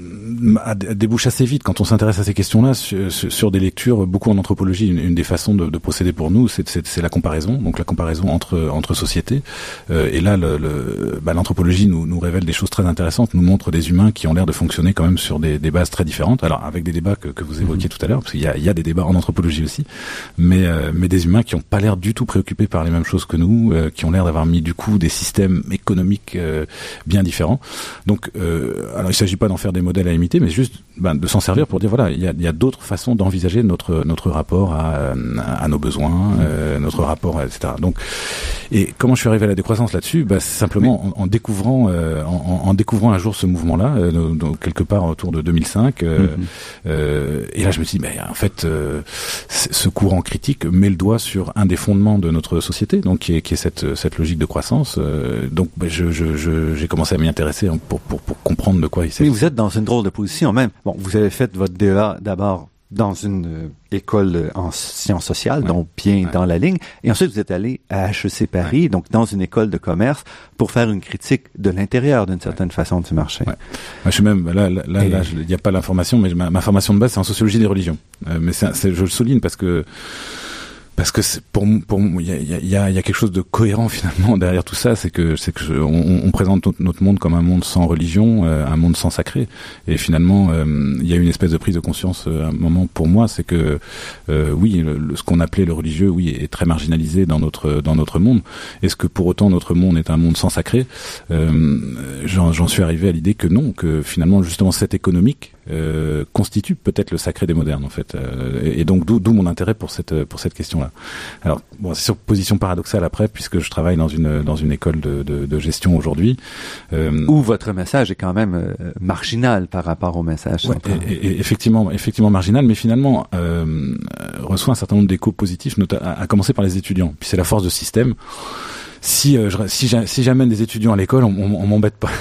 débouche assez vite quand on s'intéresse à ces questions-là sur, sur des lectures beaucoup en anthropologie. Une, une des façons de, de procéder pour nous, c'est, c'est, c'est la comparaison, donc la comparaison entre entre sociétés. Euh, et là, le, le, bah, l'anthropologie nous, nous révèle des choses très intéressantes, nous montre des humains qui ont l'air de fonctionner quand même sur des, des bases très différentes. Alors avec des débats que, que vous évoquiez mmh. tout à l'heure, parce qu'il y a, il y a des débats en anthropologie aussi, mais euh, mais des humains qui ont pas l'air du tout préoccupés par les mêmes choses que nous, euh, qui ont l'air d'avoir mis du coup des systèmes économiques euh, bien différents. Donc, euh, alors il s'agit pas d'en faire des modèles à imiter, mais juste ben, de s'en servir pour dire voilà, il y a, il y a d'autres façons d'envisager notre notre rapport à, à nos besoins, euh, notre rapport, et cetera. Donc, et comment je suis arrivé à la décroissance là-dessus? Ben, c'est simplement en, en découvrant, euh, en, en découvrant un jour ce mouvement-là, euh, donc, quelque part autour de deux mille cinq. Euh, mm-hmm. euh, et là, je me suis dit, ben, en fait, euh, ce courant critique met le doigt sur un des fondements de notre société, donc qui est, qui est cette cette logique de croissance. Euh, donc, ben, je, je, je, j'ai commencé à m'y intéresser pour pour pour comprendre de quoi il s'agit. Mais vous êtes dans une drôle de position même. Bon, vous avez fait votre D E A d'abord dans une euh, école en sciences sociales, ouais. donc bien ouais. dans la ligne, et ensuite vous êtes allé à H E C Paris, ouais. donc dans une école de commerce, pour faire une critique de l'intérieur d'une certaine ouais. façon du marché. Ouais. Moi, je suis même là, là, là, là il n'y a pas l'information, mais ma, ma formation de base c'est en sociologie des religions. Euh, mais c'est, c'est, je le souligne parce que Parce que c'est pour pour il y a il y a il y a quelque chose de cohérent finalement derrière tout ça, c'est que c'est que je, on, on présente notre monde comme un monde sans religion, euh, un monde sans sacré, et finalement euh, il y a une espèce de prise de conscience euh, à un moment pour moi, c'est que euh, oui le, le, ce qu'on appelait le religieux oui est très marginalisé dans notre dans notre monde. Est-ce que pour autant notre monde est un monde sans sacré? euh, j'en, j'en suis arrivé à l'idée que non, que finalement justement cet économique euh, constitue peut-être le sacré des modernes en fait, euh, et, et donc d'où, d'où mon intérêt pour cette pour cette question-là. Alors, bon, c'est sur position paradoxale après, puisque je travaille dans une dans une école de, de, de gestion aujourd'hui, euh, où votre message est quand même euh, marginal par rapport au message. Ouais, et, et, effectivement, effectivement marginal, mais finalement euh, reçoit un certain nombre d'échos positifs, nota- à, à commencer par les étudiants. Puis c'est la force de système. Si euh, je, si, j'a, si j'amène des étudiants à l'école, on, on, on m'embête pas.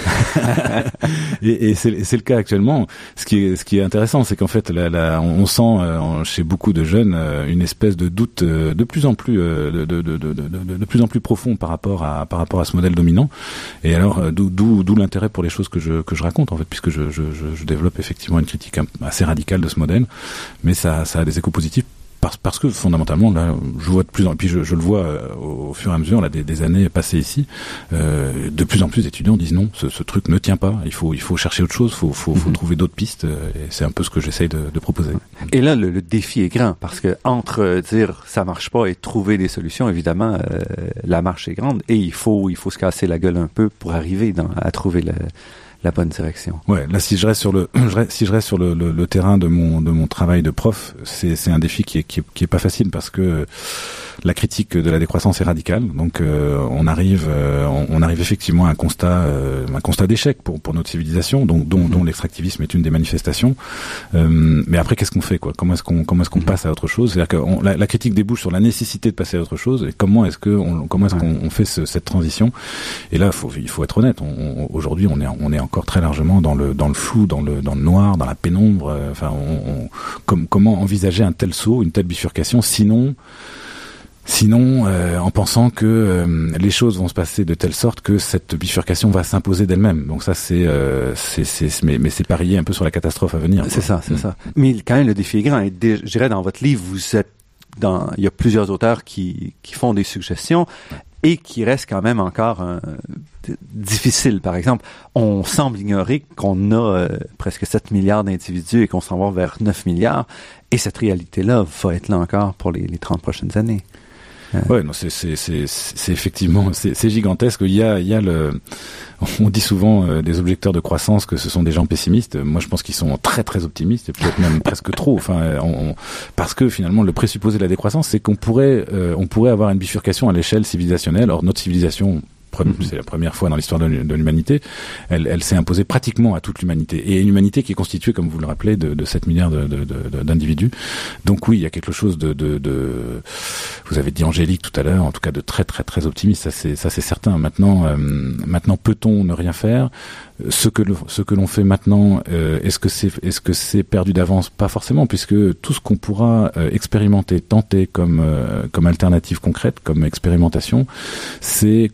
et, et c'est, c'est le cas actuellement. Ce qui est, ce qui est intéressant, c'est qu'en fait, la, la, on, on sent euh, chez beaucoup de jeunes euh, une espèce de doute euh, de plus en plus, euh, de, de, de, de, de, de plus en plus profond par rapport à, par rapport à ce modèle dominant. Et alors, euh, d'où, d'où, d'où l'intérêt pour les choses que je, que je raconte en fait, puisque je, je, je, je développe effectivement une critique assez radicale de ce modèle, mais ça, ça a des échos positifs. Parce, parce que fondamentalement là je vois de plus en et puis je, je le vois euh, au, au fur et à mesure là des, des années passées ici, euh, de plus en plus d'étudiants disent non, ce, ce truc ne tient pas, il faut il faut chercher autre chose, faut faut, faut mm-hmm. trouver d'autres pistes, euh, et c'est un peu ce que j'essaye de, de proposer. Et là le, le défi est grand parce que entre euh, dire ça marche pas et trouver des solutions, évidemment euh, la marche est grande et il faut il faut se casser la gueule un peu pour arriver dans, à trouver le la bonne direction. Ouais, là si je reste sur le je reste, si je reste sur le, le, le terrain de mon de mon travail de prof, c'est c'est un défi qui est qui est, qui est pas facile parce que la critique de la décroissance est radicale. Donc euh, on arrive euh, on, on arrive effectivement à un constat euh, un constat d'échec pour pour notre civilisation, donc dont, mm-hmm. dont l'extractivisme est une des manifestations. Euh, mais après qu'est-ce qu'on fait quoi? Comment est-ce qu'on comment est-ce qu'on mm-hmm. passe à autre chose? C'est-à-dire que on, la, la critique débouche sur la nécessité de passer à autre chose et comment est-ce que on, comment est-ce qu'on on fait ce, cette transition? Et là faut il faut être honnête. On, on, aujourd'hui on est on est encore très largement dans le dans le flou, dans le dans le noir, dans la pénombre. Euh, enfin, on, on, comme, comment envisager un tel saut, une telle bifurcation, sinon, sinon, euh, en pensant que euh, les choses vont se passer de telle sorte que cette bifurcation va s'imposer d'elle-même. Donc ça, c'est, euh, c'est, c'est, mais, mais c'est parier un peu sur la catastrophe à venir. C'est quoi. ça, c'est mmh. ça. Mais quand même, le défi est grand. Et je dirais dans votre livre, vous êtes dans, il y a plusieurs auteurs qui qui font des suggestions. Ouais. Et qui reste quand même encore euh, difficile. Par exemple, on semble ignorer qu'on a euh, presque sept milliards d'individus et qu'on s'en va vers neuf milliards. Et cette réalité-là va être là encore pour les, les trente prochaines années. Euh. Ouais, non, c'est, c'est, c'est, c'est effectivement, c'est, c'est gigantesque. Il y a, il y a le, on dit souvent euh, des objecteurs de croissance que ce sont des gens pessimistes. Moi, je pense qu'ils sont très très optimistes et peut-être même presque trop. Enfin, on, on, parce que finalement, le présupposé de la décroissance, c'est qu'on pourrait, euh, on pourrait avoir une bifurcation à l'échelle civilisationnelle. Or, notre civilisation, c'est la première fois dans l'histoire de l'humanité, elle, elle s'est imposée pratiquement à toute l'humanité. Et une humanité qui est constituée, comme vous le rappelez, de, de sept milliards de, de, de, d'individus. Donc oui, il y a quelque chose de, de, de, vous avez dit angélique tout à l'heure, en tout cas de très très très optimiste, ça c'est, ça c'est certain. Maintenant, euh, maintenant peut-on ne rien faire? Ce que le, ce que l'on fait maintenant, euh, est-ce que c'est est-ce que c'est perdu d'avance? Pas forcément, puisque tout ce qu'on pourra euh, expérimenter, tenter comme euh, comme alternative concrète, comme expérimentation, c'est quoi qu'il arrive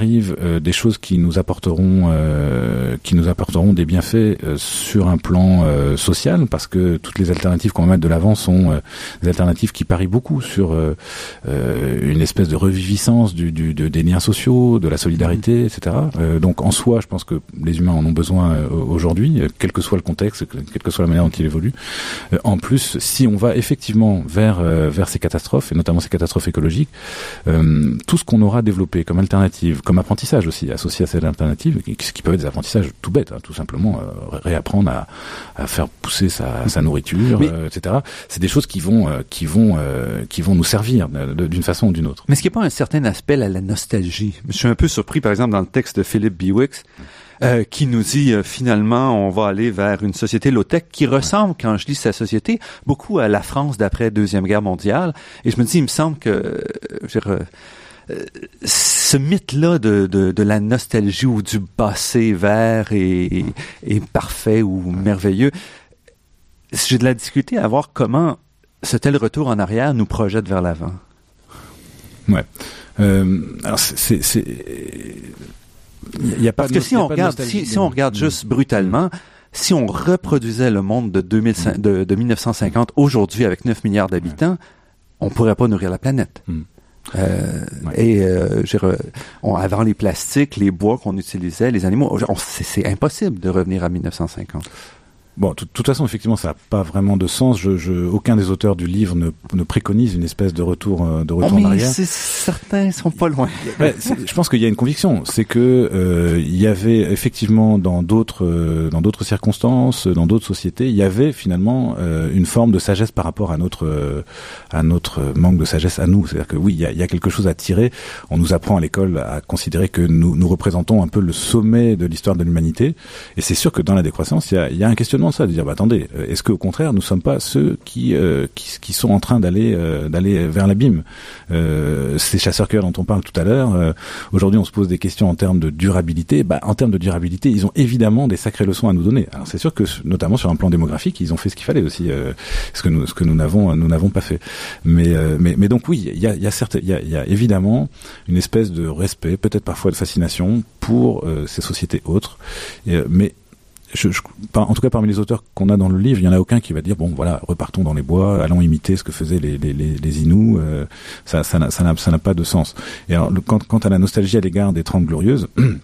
arrive euh, des choses qui nous apporteront, euh, qui nous apporteront des bienfaits euh, sur un plan euh, social, parce que toutes les alternatives qu'on va mettre de l'avant sont euh, des alternatives qui parient beaucoup sur euh, euh, une espèce de reviviscence du, du, de, des liens sociaux, de la solidarité, et cetera. Euh, donc en soi, je pense que les humains en ont besoin euh, aujourd'hui, quel que soit le contexte, quelle que soit la manière dont il évolue. Euh, en plus, si on va effectivement vers euh, vers ces catastrophes, et notamment ces catastrophes écologiques, euh, tout ce qu'on aura développé comme alternative, comme apprentissage aussi associé à cette alternative, ce qui peut être des apprentissages tout bêtes, hein, tout simplement euh, réapprendre à, à faire pousser sa, sa nourriture, euh, et cetera. C'est des choses qui vont euh, qui vont euh, qui vont nous servir de, d'une façon ou d'une autre. Mais est-ce qu'il n'y a pas un certain aspect à la nostalgie? Je suis un peu surpris, par exemple, dans le texte de Philippe Biwix, euh, qui nous dit euh, finalement on va aller vers une société low-tech qui ressemble, quand je lis sa société, beaucoup à la France d'après Deuxième Guerre mondiale. Et je me dis, il me semble que euh, je veux dire, euh, ce mythe-là de, de, de la nostalgie ou du passé vert et, et, et parfait ou merveilleux, j'ai de la difficulté à voir comment ce tel retour en arrière nous projette vers l'avant. Ouais. Euh, alors c'est, c'est, c'est... Il y a pas Parce de, que si on regarde, si, si on regarde juste brutalement, si on reproduisait le monde de, deux mille, de, de mille neuf cent cinquante aujourd'hui avec neuf milliards d'habitants, on pourrait pas nourrir la planète. Mm. Euh, ouais. Et euh, on, avant les plastiques, les bois qu'on utilisait, les animaux, on, c'est, c'est impossible de revenir à mille neuf cent cinquante. Bon, de toute façon, effectivement, ça n'a pas vraiment de sens. Je, je, aucun des auteurs du livre ne, ne préconise une espèce de retour, de retour oh, mais en arrière. C'est, certains sont pas loin. Ouais, je pense qu'il y a une conviction, c'est que euh, il y avait effectivement dans d'autres, euh, dans d'autres circonstances, dans d'autres sociétés, il y avait finalement euh, une forme de sagesse par rapport à notre, euh, à notre manque de sagesse à nous. C'est-à-dire que oui, il y a, il y a quelque chose à tirer. On nous apprend à l'école à considérer que nous, nous représentons un peu le sommet de l'histoire de l'humanité, et c'est sûr que dans la décroissance, il y a, il y a un questionnement de ça, de dire bah attendez, est-ce que au contraire nous sommes pas ceux qui euh, qui, qui sont en train d'aller euh, d'aller vers l'abîme. Euh, ces chasseurs-cueilleurs dont on parle tout à l'heure, euh, aujourd'hui on se pose des questions en termes de durabilité. Bah en termes de durabilité, ils ont évidemment des sacrées leçons à nous donner. Alors c'est sûr que notamment sur un plan démographique, ils ont fait ce qu'il fallait aussi, euh, ce que nous ce que nous n'avons nous n'avons pas fait. Mais euh, mais mais donc oui, il y a il y a certes il y a il y a évidemment une espèce de respect, peut-être parfois de fascination pour euh, ces sociétés autres, et, euh, mais Je, je, en tout cas, parmi les auteurs qu'on a dans le livre, il y en a aucun qui va dire bon, voilà, repartons dans les bois, allons imiter ce que faisaient les les les, les Inuits. Euh, ça, ça n'a, ça n'a, ça n'a pas de sens. Et alors, le, quant, quant à la nostalgie à l'égard des Trente Glorieuses.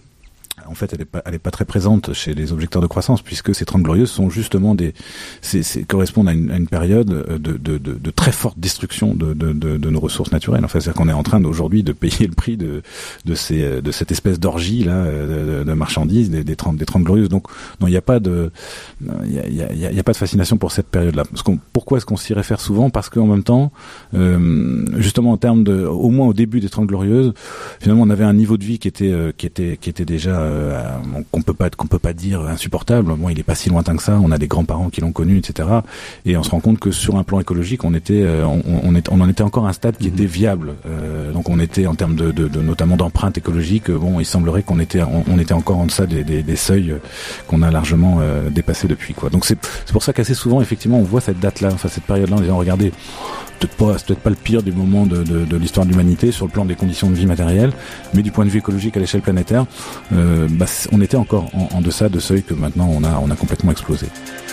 En fait, elle est pas, elle est pas très présente chez les objecteurs de croissance, puisque ces Trente Glorieuses sont justement des, c'est, c'est correspondent à une, à une période de, de, de, de très forte destruction de, de, de, de nos ressources naturelles. En fait, c'est-à-dire qu'on est en train aujourd'hui de payer le prix de, de ces, de cette espèce d'orgie là, de, de marchandises des, des Trente, des Trente Glorieuses. Donc, non, il n'y a pas de, il y a, il y a, il y a pas de fascination pour cette période-là. Parce qu'on, pourquoi est-ce qu'on s'y réfère souvent? Parce qu'en même temps, euh, justement en termes de, au moins au début des Trente Glorieuses, finalement, on avait un niveau de vie qui était, euh, qui était, qui était déjà euh, qu'on peut pas qu'on peut pas dire insupportable. Bon, il est pas si lointain que ça. On a des grands-parents qui l'ont connu, et cetera. Et on se rend compte que sur un plan écologique, on était, on, on, est, on en était encore à un stade qui mmh. était viable. Euh, donc on était en termes de, de, de notamment d'empreinte écologique. Bon, il semblerait qu'on était, on, on était encore en deçà des, des, des seuils qu'on a largement euh, dépassés depuis, quoi. Donc c'est, c'est pour ça qu'assez souvent, effectivement, on voit cette date-là, enfin cette période-là, en disant regardez, peut-être pas, c'est peut-être pas le pire des moments de, de, de l'histoire de l'humanité sur le plan des conditions de vie matérielles, mais du point de vue écologique à l'échelle planétaire, euh, bah, on était encore en, en deçà de seuil que maintenant on a, on a complètement explosé.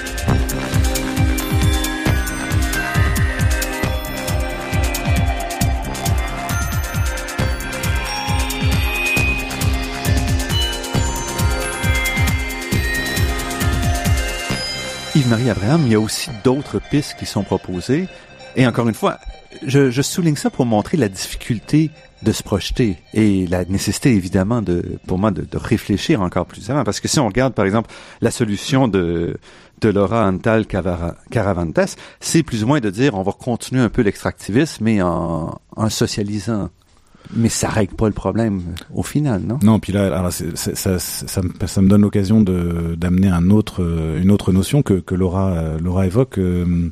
Yves-Marie Abraham, il y a aussi d'autres pistes qui sont proposées. Et encore une fois, je, je souligne ça pour montrer la difficulté de se projeter et la nécessité, évidemment, de, pour moi, de, de réfléchir encore plus avant. Parce que si on regarde, par exemple, la solution de, de Laura Antal Caravantes, c'est plus ou moins de dire on va continuer un peu l'extractivisme, mais en, en socialisant. Mais ça règle pas le problème au final, non? Non, puis là, alors c'est, c'est, ça, ça, me, ça me donne l'occasion de, d'amener un autre, une autre notion que, que Laura, Laura évoque, euh,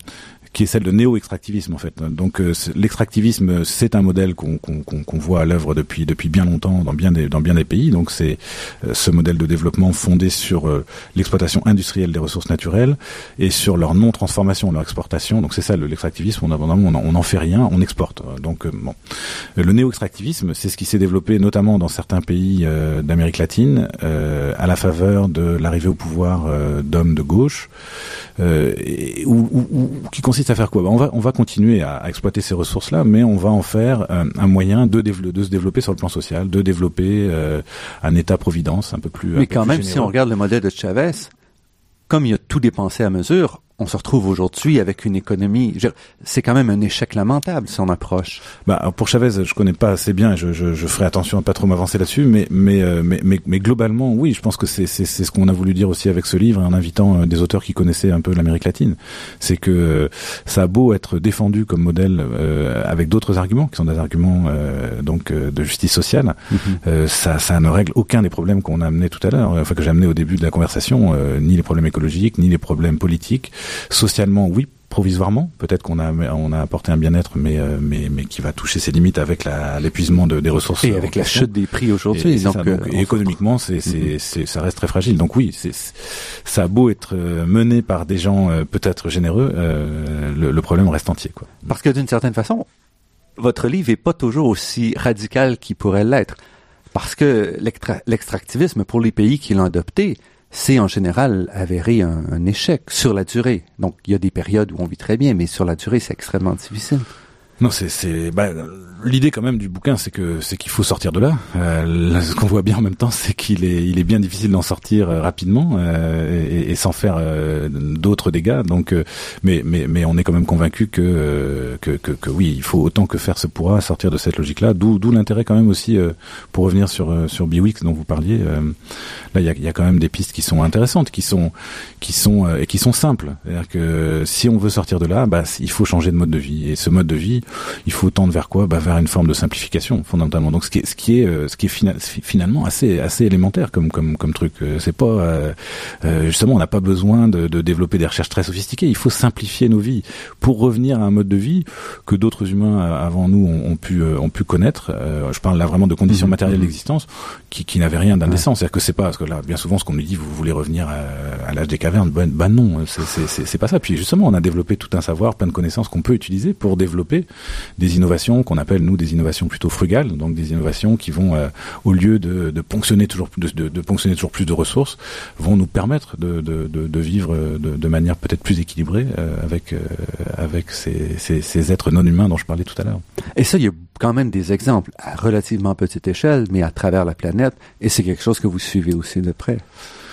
qui est celle de néo-extractivisme en fait. Donc euh, c'est, l'extractivisme, c'est un modèle qu'on, qu'on, qu'on, qu'on voit à l'œuvre depuis depuis bien longtemps dans bien des dans bien des pays. Donc c'est euh, ce modèle de développement fondé sur euh, l'exploitation industrielle des ressources naturelles et sur leur non transformation, leur exportation. Donc c'est ça le, l'extractivisme. On on n'en fait rien, on exporte. Donc euh, bon, le néo-extractivisme, c'est ce qui s'est développé notamment dans certains pays euh, d'Amérique latine euh, à la faveur de l'arrivée au pouvoir euh, d'hommes de gauche, euh, et, ou, ou, ou qui consiste à faire quoi ? Ben on va on va continuer à, à exploiter ces ressources-là, mais on va en faire un, un moyen de, développer, de se développer sur le plan social, de développer euh, un État-providence un peu plus. Mais un peu quand plus même, généreux. si on regarde le modèle de Chavez, comme il a tout dépensé à mesure, on se retrouve aujourd'hui avec une économie. Je, c'est quand même un échec lamentable son approche. Bah pour Chavez, je connais pas assez bien. Je, je, je ferai attention à pas trop m'avancer là-dessus, mais mais mais mais, mais globalement, oui, je pense que c'est c'est c'est ce qu'on a voulu dire aussi avec ce livre, en invitant des auteurs qui connaissaient un peu l'Amérique latine. C'est que ça a beau être défendu comme modèle euh, avec d'autres arguments qui sont des arguments euh, donc euh, de justice sociale, mm-hmm. euh, ça ça ne règle aucun des problèmes qu'on a amenés tout à l'heure, enfin que j'ai amené au début de la conversation, euh, ni les problèmes écologiques, ni les problèmes politiques. Socialement, oui, provisoirement, peut-être qu'on a on a apporté un bien-être, mais euh, mais mais qui va toucher ses limites avec la, l'épuisement de, des ressources. Et avec la chute des prix aujourd'hui. Et, donc, ça, donc, euh, et économiquement, c'est c'est, mm-hmm. c'est ça reste très fragile. Donc oui, c'est, c'est ça a beau être mené par des gens euh, peut-être généreux, euh, le, le problème reste entier, quoi. Parce que d'une certaine façon, votre livre est pas toujours aussi radical qu'il pourrait l'être, parce que l'extra- l'extractivisme pour les pays qui l'ont adopté, c'est en général avéré un, un échec sur la durée. Donc, il y a des périodes où on vit très bien, mais sur la durée, c'est extrêmement difficile. Non, c'est, c'est, bah, l'idée quand même du bouquin, c'est que, c'est qu'il faut sortir de là. Euh, ce qu'on voit bien en même temps, c'est qu'il est, il est bien difficile d'en sortir euh, rapidement euh, et, et sans faire euh, d'autres dégâts. Donc, euh, mais, mais, mais on est quand même convaincu que, euh, que, que, que oui, il faut autant que faire se pourra sortir de cette logique-là. D'où, d'où l'intérêt quand même aussi, euh, pour revenir sur, euh, sur Biwix dont vous parliez. Euh, là, il y a, il y a quand même des pistes qui sont intéressantes, qui sont, qui sont euh, et qui sont simples. C'est-à-dire que si on veut sortir de là, bah, il faut changer de mode de vie. Et ce mode de vie, il faut tendre vers quoi ? Bah, vers une forme de simplification, fondamentalement. Donc, ce qui est, ce qui est, euh, ce qui est fina- finalement assez, assez élémentaire comme, comme, comme truc. Euh, c'est pas, euh, euh, justement, on n'a pas besoin de, de développer des recherches très sophistiquées. Il faut simplifier nos vies pour revenir à un mode de vie que d'autres humains avant nous ont, ont pu, euh, ont pu connaître. Euh, je parle là vraiment de conditions mmh, matérielles mmh. d'existence qui, qui n'avaient rien d'indécent. Ouais. C'est-à-dire que c'est pas, parce que là, bien souvent, ce qu'on nous dit, vous voulez revenir à, à l'âge des cavernes. Bah, bah non, c'est, c'est, c'est, c'est pas ça. Puis justement, on a développé tout un savoir, plein de connaissances qu'on peut utiliser pour développer des innovations qu'on appelle nous des innovations plutôt frugales, donc des innovations qui vont euh, au lieu de, de ponctionner toujours de, de, de ponctionner toujours plus de ressources, vont nous permettre de, de, de, de vivre de, de manière peut-être plus équilibrée euh, avec euh, avec ces, ces, ces êtres non humains dont je parlais tout à l'heure. Et ça, il y a quand même des exemples à relativement petite échelle, mais à travers la planète, et c'est quelque chose que vous suivez aussi de près.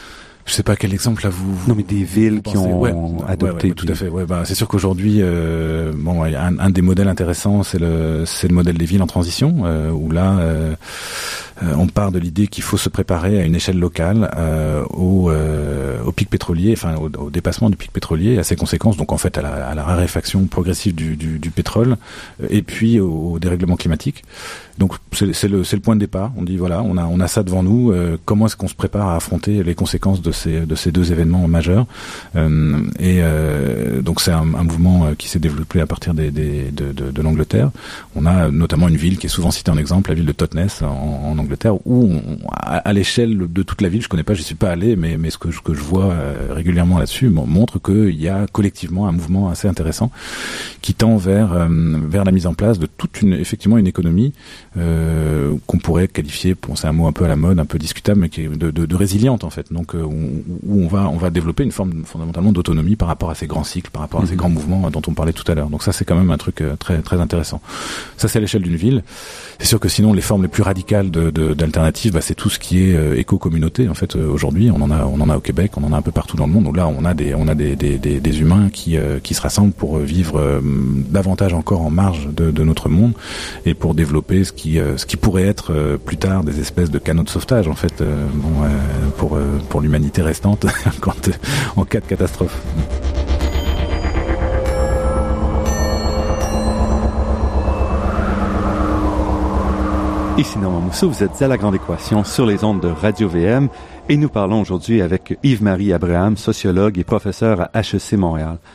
Je sais pas quel exemple là vous. Non mais des villes qui ont ouais, adopté. Ouais, ouais, tout à fait. Ouais, bah c'est sûr qu'aujourd'hui, euh, bon, un, un des modèles intéressants, c'est le, c'est le modèle des villes en transition, euh, où là, euh, on part de l'idée qu'il faut se préparer à une échelle locale euh, au, euh, au pic pétrolier, enfin au, au dépassement du pic pétrolier, à ses conséquences, donc en fait à la, à la raréfaction progressive du, du, du pétrole, et puis au, au dérèglement climatique. Donc c'est, c'est le c'est le point de départ. On dit voilà, on a on a ça devant nous. Euh, comment est-ce qu'on se prépare à affronter les conséquences de ces de ces deux événements majeurs euh, Et euh, donc c'est un, un mouvement qui s'est développé à partir des, des de, de, de l'Angleterre. On a notamment une ville qui est souvent citée en exemple, la ville de Totnes en, en Angleterre, où on, à, à l'échelle de toute la ville, je connais pas, j'y suis pas allé, mais mais ce que ce que je vois euh, régulièrement là-dessus bon, montre qu'il y a collectivement un mouvement assez intéressant qui tend vers euh, vers la mise en place de toute une effectivement une économie. Euh, qu'on pourrait qualifier, bon, c'est un mot un peu à la mode, un peu discutable, mais qui est de, de, de résiliente en fait. Donc euh, où, où on va on va développer une forme fondamentalement d'autonomie par rapport à ces grands cycles, par rapport à ces grands mouvements dont on parlait tout à l'heure. Donc ça c'est quand même un truc euh, très très intéressant. Ça c'est à l'échelle d'une ville. C'est sûr que sinon les formes les plus radicales de, de, d'alternatives, bah, c'est tout ce qui est euh, éco-communauté. En fait, euh, aujourd'hui, on en a on en a au Québec, on en a un peu partout dans le monde. Donc là, on a des on a des des, des, des humains qui euh, qui se rassemblent pour vivre euh, davantage encore en marge de, de notre monde et pour développer ce qui euh, ce qui pourrait être euh, plus tard des espèces de canaux de sauvetage en fait euh, bon, euh, pour euh, pour l'humanité restante quand euh, en cas de catastrophe. Ici Normand Mousseau, vous êtes à La Grande Équation sur les ondes de Radio V M et nous parlons aujourd'hui avec Yves-Marie Abraham, sociologue et professeur à H E C Montréal.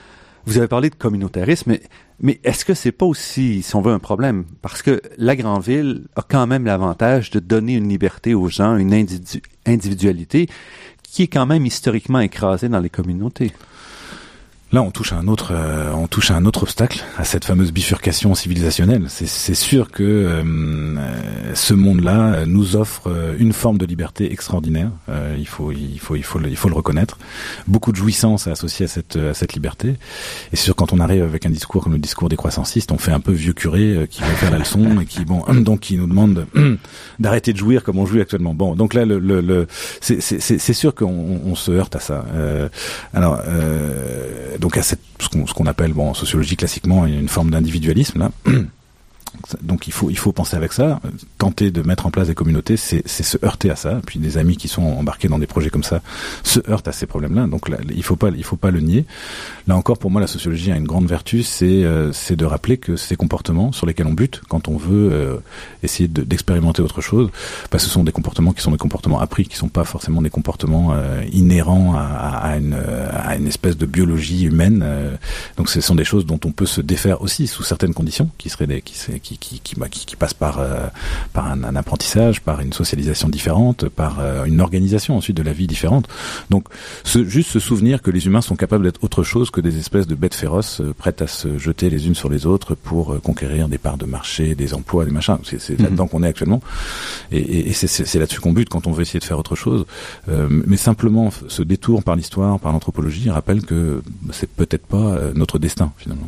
Vous avez parlé de communautarisme, mais, mais est-ce que c'est pas aussi, si on veut, un problème? Parce que la grande ville a quand même l'avantage de donner une liberté aux gens, une individu- individualité qui est quand même historiquement écrasée dans les communautés. Là, on touche à un autre, euh, on touche à un autre obstacle, à cette fameuse bifurcation civilisationnelle. C'est, c'est sûr que euh, ce monde-là nous offre une forme de liberté extraordinaire. Euh, il faut, il faut, il faut, le, il faut le reconnaître. Beaucoup de jouissance associée à cette, à cette liberté. Et c'est sûr, quand on arrive avec un discours comme le discours des croissancistes, on fait un peu vieux curé euh, qui va faire la leçon et qui, bon, donc qui nous demande de, d'arrêter de jouir comme on joue actuellement. Bon, donc là, le, le, le c'est, c'est, c'est sûr qu'on on se heurte à ça. Euh, alors. Euh, Donc à cette, ce qu'on, ce qu'on appelle bon, en sociologie classiquement une forme d'individualisme là. Donc il faut il faut penser avec ça, tenter de mettre en place des communautés, c'est c'est se heurter à ça. Puis des amis qui sont embarqués dans des projets comme ça se heurtent à ces problèmes-là. Donc là, il faut pas il faut pas le nier. Là encore, pour moi, la sociologie a une grande vertu, c'est euh, c'est de rappeler que ces comportements sur lesquels on bute quand on veut euh, essayer de, d'expérimenter autre chose, bah, ce sont des comportements qui sont des comportements appris, qui sont pas forcément des comportements euh, inhérents à, à une à une espèce de biologie humaine. Euh, donc ce sont des choses dont on peut se défaire aussi sous certaines conditions, qui seraient des qui seraient qui qui qui, bah, qui, qui passe par euh, par un, un apprentissage, par une socialisation différente, par euh, une organisation ensuite de la vie différente. Donc ce, juste se souvenir que les humains sont capables d'être autre chose que des espèces de bêtes féroces euh, prêtes à se jeter les unes sur les autres pour euh, conquérir des parts de marché, des emplois, des machins. C'est, c'est mm-hmm. là-dedans qu'on est actuellement, et, et, et c'est, c'est, c'est là-dessus qu'on bute quand on veut essayer de faire autre chose. Euh, mais simplement ce détour par l'histoire, par l'anthropologie, rappelle que c'est peut-être pas euh, notre destin finalement.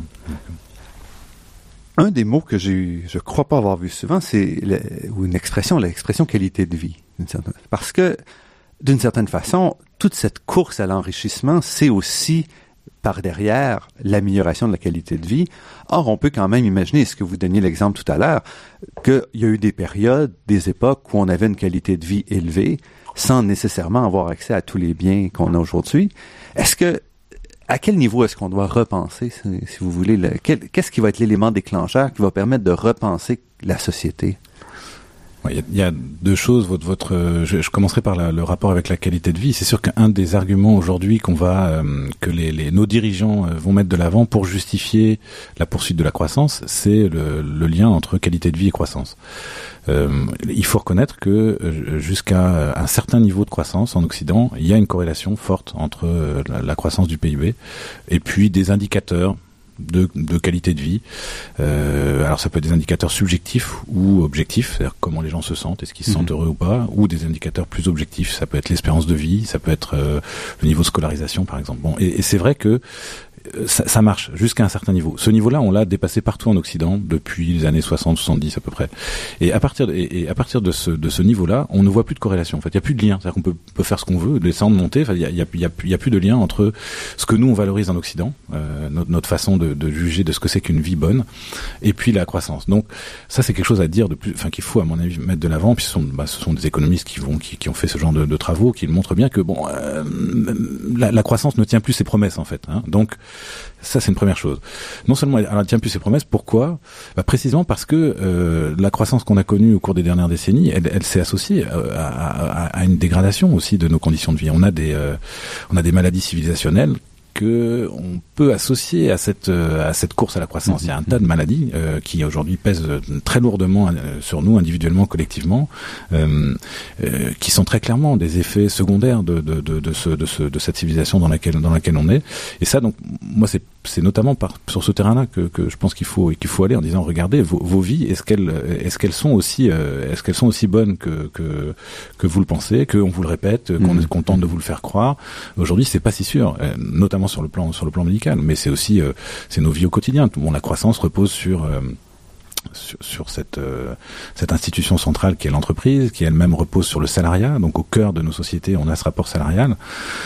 Un des mots que j'ai, je crois pas avoir vu souvent, c'est le, ou une expression, l'expression qualité de vie, d'une certaine, parce que d'une certaine façon, toute cette course à l'enrichissement, c'est aussi par derrière l'amélioration de la qualité de vie. Or, on peut quand même imaginer, ce que vous donniez l'exemple tout à l'heure, qu'il y a eu des périodes, des époques où on avait une qualité de vie élevée, sans nécessairement avoir accès à tous les biens qu'on a aujourd'hui. Est-ce que À quel niveau est-ce qu'on doit repenser, si, si vous voulez, le, quel, qu'est-ce qui va être l'élément déclencheur qui va permettre de repenser la société? Il y, y a deux choses. Votre, votre, je, je commencerai par la, le rapport avec la qualité de vie. C'est sûr qu'un des arguments aujourd'hui qu'on va, euh, que les, les, nos dirigeants vont mettre de l'avant pour justifier la poursuite de la croissance, c'est le, le lien entre qualité de vie et croissance. Euh, il faut reconnaître que euh, jusqu'à un certain niveau de croissance en Occident, il y a une corrélation forte entre euh, la, la croissance du P I B et puis des indicateurs de, de qualité de vie. Euh, alors ça peut être des indicateurs subjectifs ou objectifs, c'est-à-dire comment les gens se sentent, est-ce qu'ils se mmh. sentent heureux ou pas, ou des indicateurs plus objectifs, ça peut être l'espérance de vie, ça peut être euh, le niveau de scolarisation par exemple. Bon, et, et c'est vrai que Ça, ça marche jusqu'à un certain niveau. Ce niveau-là, on l'a dépassé partout en Occident depuis les années soixante soixante-dix à peu près. Et à partir de, et, et à partir de ce, de ce niveau-là, on ne voit plus de corrélation. En fait, il n'y a plus de lien. C'est-à-dire qu'on peut, peut faire ce qu'on veut, descendre, monter. Enfin, il y a, il y a, il y a, il y a plus de lien entre ce que nous on valorise en Occident, euh, notre, notre façon de, de juger de ce que c'est qu'une vie bonne, et puis la croissance. Donc, ça c'est quelque chose à dire de plus, enfin qu'il faut à mon avis mettre de l'avant. Puis ce sont, bah, ce sont des économistes qui vont, qui, qui ont fait ce genre de, de travaux, qui montrent bien que bon, euh, la, la croissance ne tient plus ses promesses en fait. Hein. Donc ça, c'est une première chose. Non seulement elle ne tient plus ses promesses, pourquoi ? Bah, précisément parce que euh, la croissance qu'on a connue au cours des dernières décennies, elle, elle s'est associée à, à, à une dégradation aussi de nos conditions de vie. On a des, euh, on a des maladies civilisationnelles que on peut associer à cette à cette course à la croissance. Il y a un tas de maladies euh, qui aujourd'hui pèsent très lourdement euh, sur nous individuellement, collectivement, euh, euh, qui sont très clairement des effets secondaires de de de de, ce, de, ce, de cette civilisation dans laquelle dans laquelle on est. Et ça, donc moi c'est c'est notamment par sur ce terrain-là que que je pense qu'il faut qu'il faut aller en disant regardez vos, vos vies, est-ce qu'elles est-ce qu'elles sont aussi euh, est-ce qu'elles sont aussi bonnes que que que vous le pensez, qu'on vous le répète, qu'on mmh. est content de vous le faire croire. Aujourd'hui, c'est pas si sûr, euh, notamment sur le plan sur le plan médical, mais c'est aussi euh, c'est nos vies au quotidien. Bon, la croissance repose sur euh, sur, sur cette euh, cette institution centrale qui est l'entreprise, qui elle-même repose sur le salariat. Donc au cœur de nos sociétés, on a ce rapport salarial.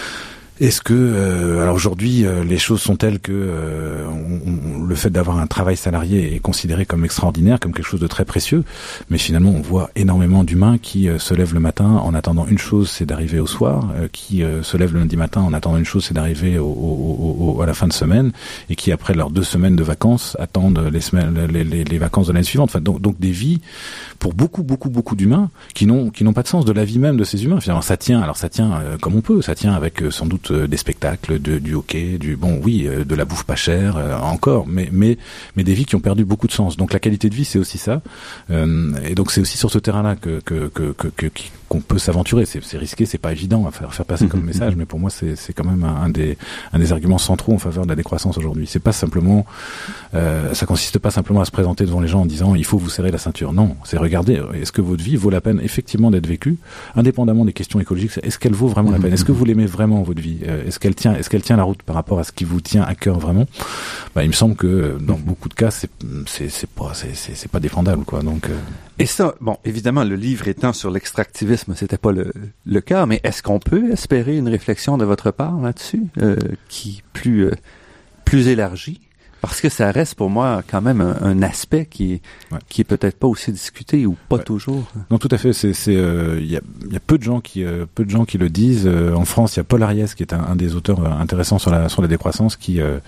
Est-ce que euh, alors aujourd'hui euh, les choses sont telles que euh, on, on, le fait d'avoir un travail salarié est considéré comme extraordinaire, comme quelque chose de très précieux, mais finalement on voit énormément d'humains qui euh, se lèvent le matin en attendant une chose, c'est d'arriver au soir, euh, qui euh, se lèvent le lundi matin en attendant une chose, c'est d'arriver au, au, au, à la fin de semaine, et qui après leurs deux semaines de vacances attendent les semaines, les, les, les vacances de l'année suivante. Enfin donc, donc des vies pour beaucoup beaucoup beaucoup d'humains qui n'ont qui n'ont pas de sens de la vie même de ces humains. Finalement ça tient alors ça tient euh, comme on peut, ça tient avec euh, sans doute foot, euh, des spectacles, de, du hockey, du bon, oui, euh, de la bouffe pas chère, euh, encore, mais mais mais des vies qui ont perdu beaucoup de sens. Donc la qualité de vie, c'est aussi ça. Euh, et donc c'est aussi sur ce terrain-là que que que que, que qu'on peut s'aventurer. C'est, c'est risqué, c'est pas évident à faire faire passer comme message, mais pour moi c'est c'est quand même un, un des un des arguments centraux en faveur de la décroissance aujourd'hui. C'est pas simplement, euh, ça consiste pas simplement à se présenter devant les gens en disant il faut vous serrer la ceinture. Non, c'est regarder, est-ce que votre vie vaut la peine effectivement d'être vécue, indépendamment des questions écologiques. Est-ce qu'elle vaut vraiment la peine? Est-ce que vous l'aimez vraiment votre vie? Est-ce qu'elle tient, est-ce qu'elle tient la route par rapport à ce qui vous tient à cœur vraiment? Bah, il me semble que dans beaucoup de cas, c'est c'est c'est pas c'est c'est, c'est pas défendable, quoi. Donc euh... et ça, bon, évidemment, le livre étant sur l'extractivisme, c'était pas le le cas, mais est-ce qu'on peut espérer une réflexion de votre part là-dessus, euh, qui plus euh, plus élargie? Parce que ça reste pour moi quand même un, un aspect qui est ouais. qui est peut-être pas aussi discuté ou pas ouais. toujours. Non, tout à fait. C'est c'est il euh, y a il y a peu de gens qui euh, peu de gens qui le disent. Euh, en France, il y a Paul Ariès qui est un, un des auteurs intéressants sur la sur la décroissance qui euh,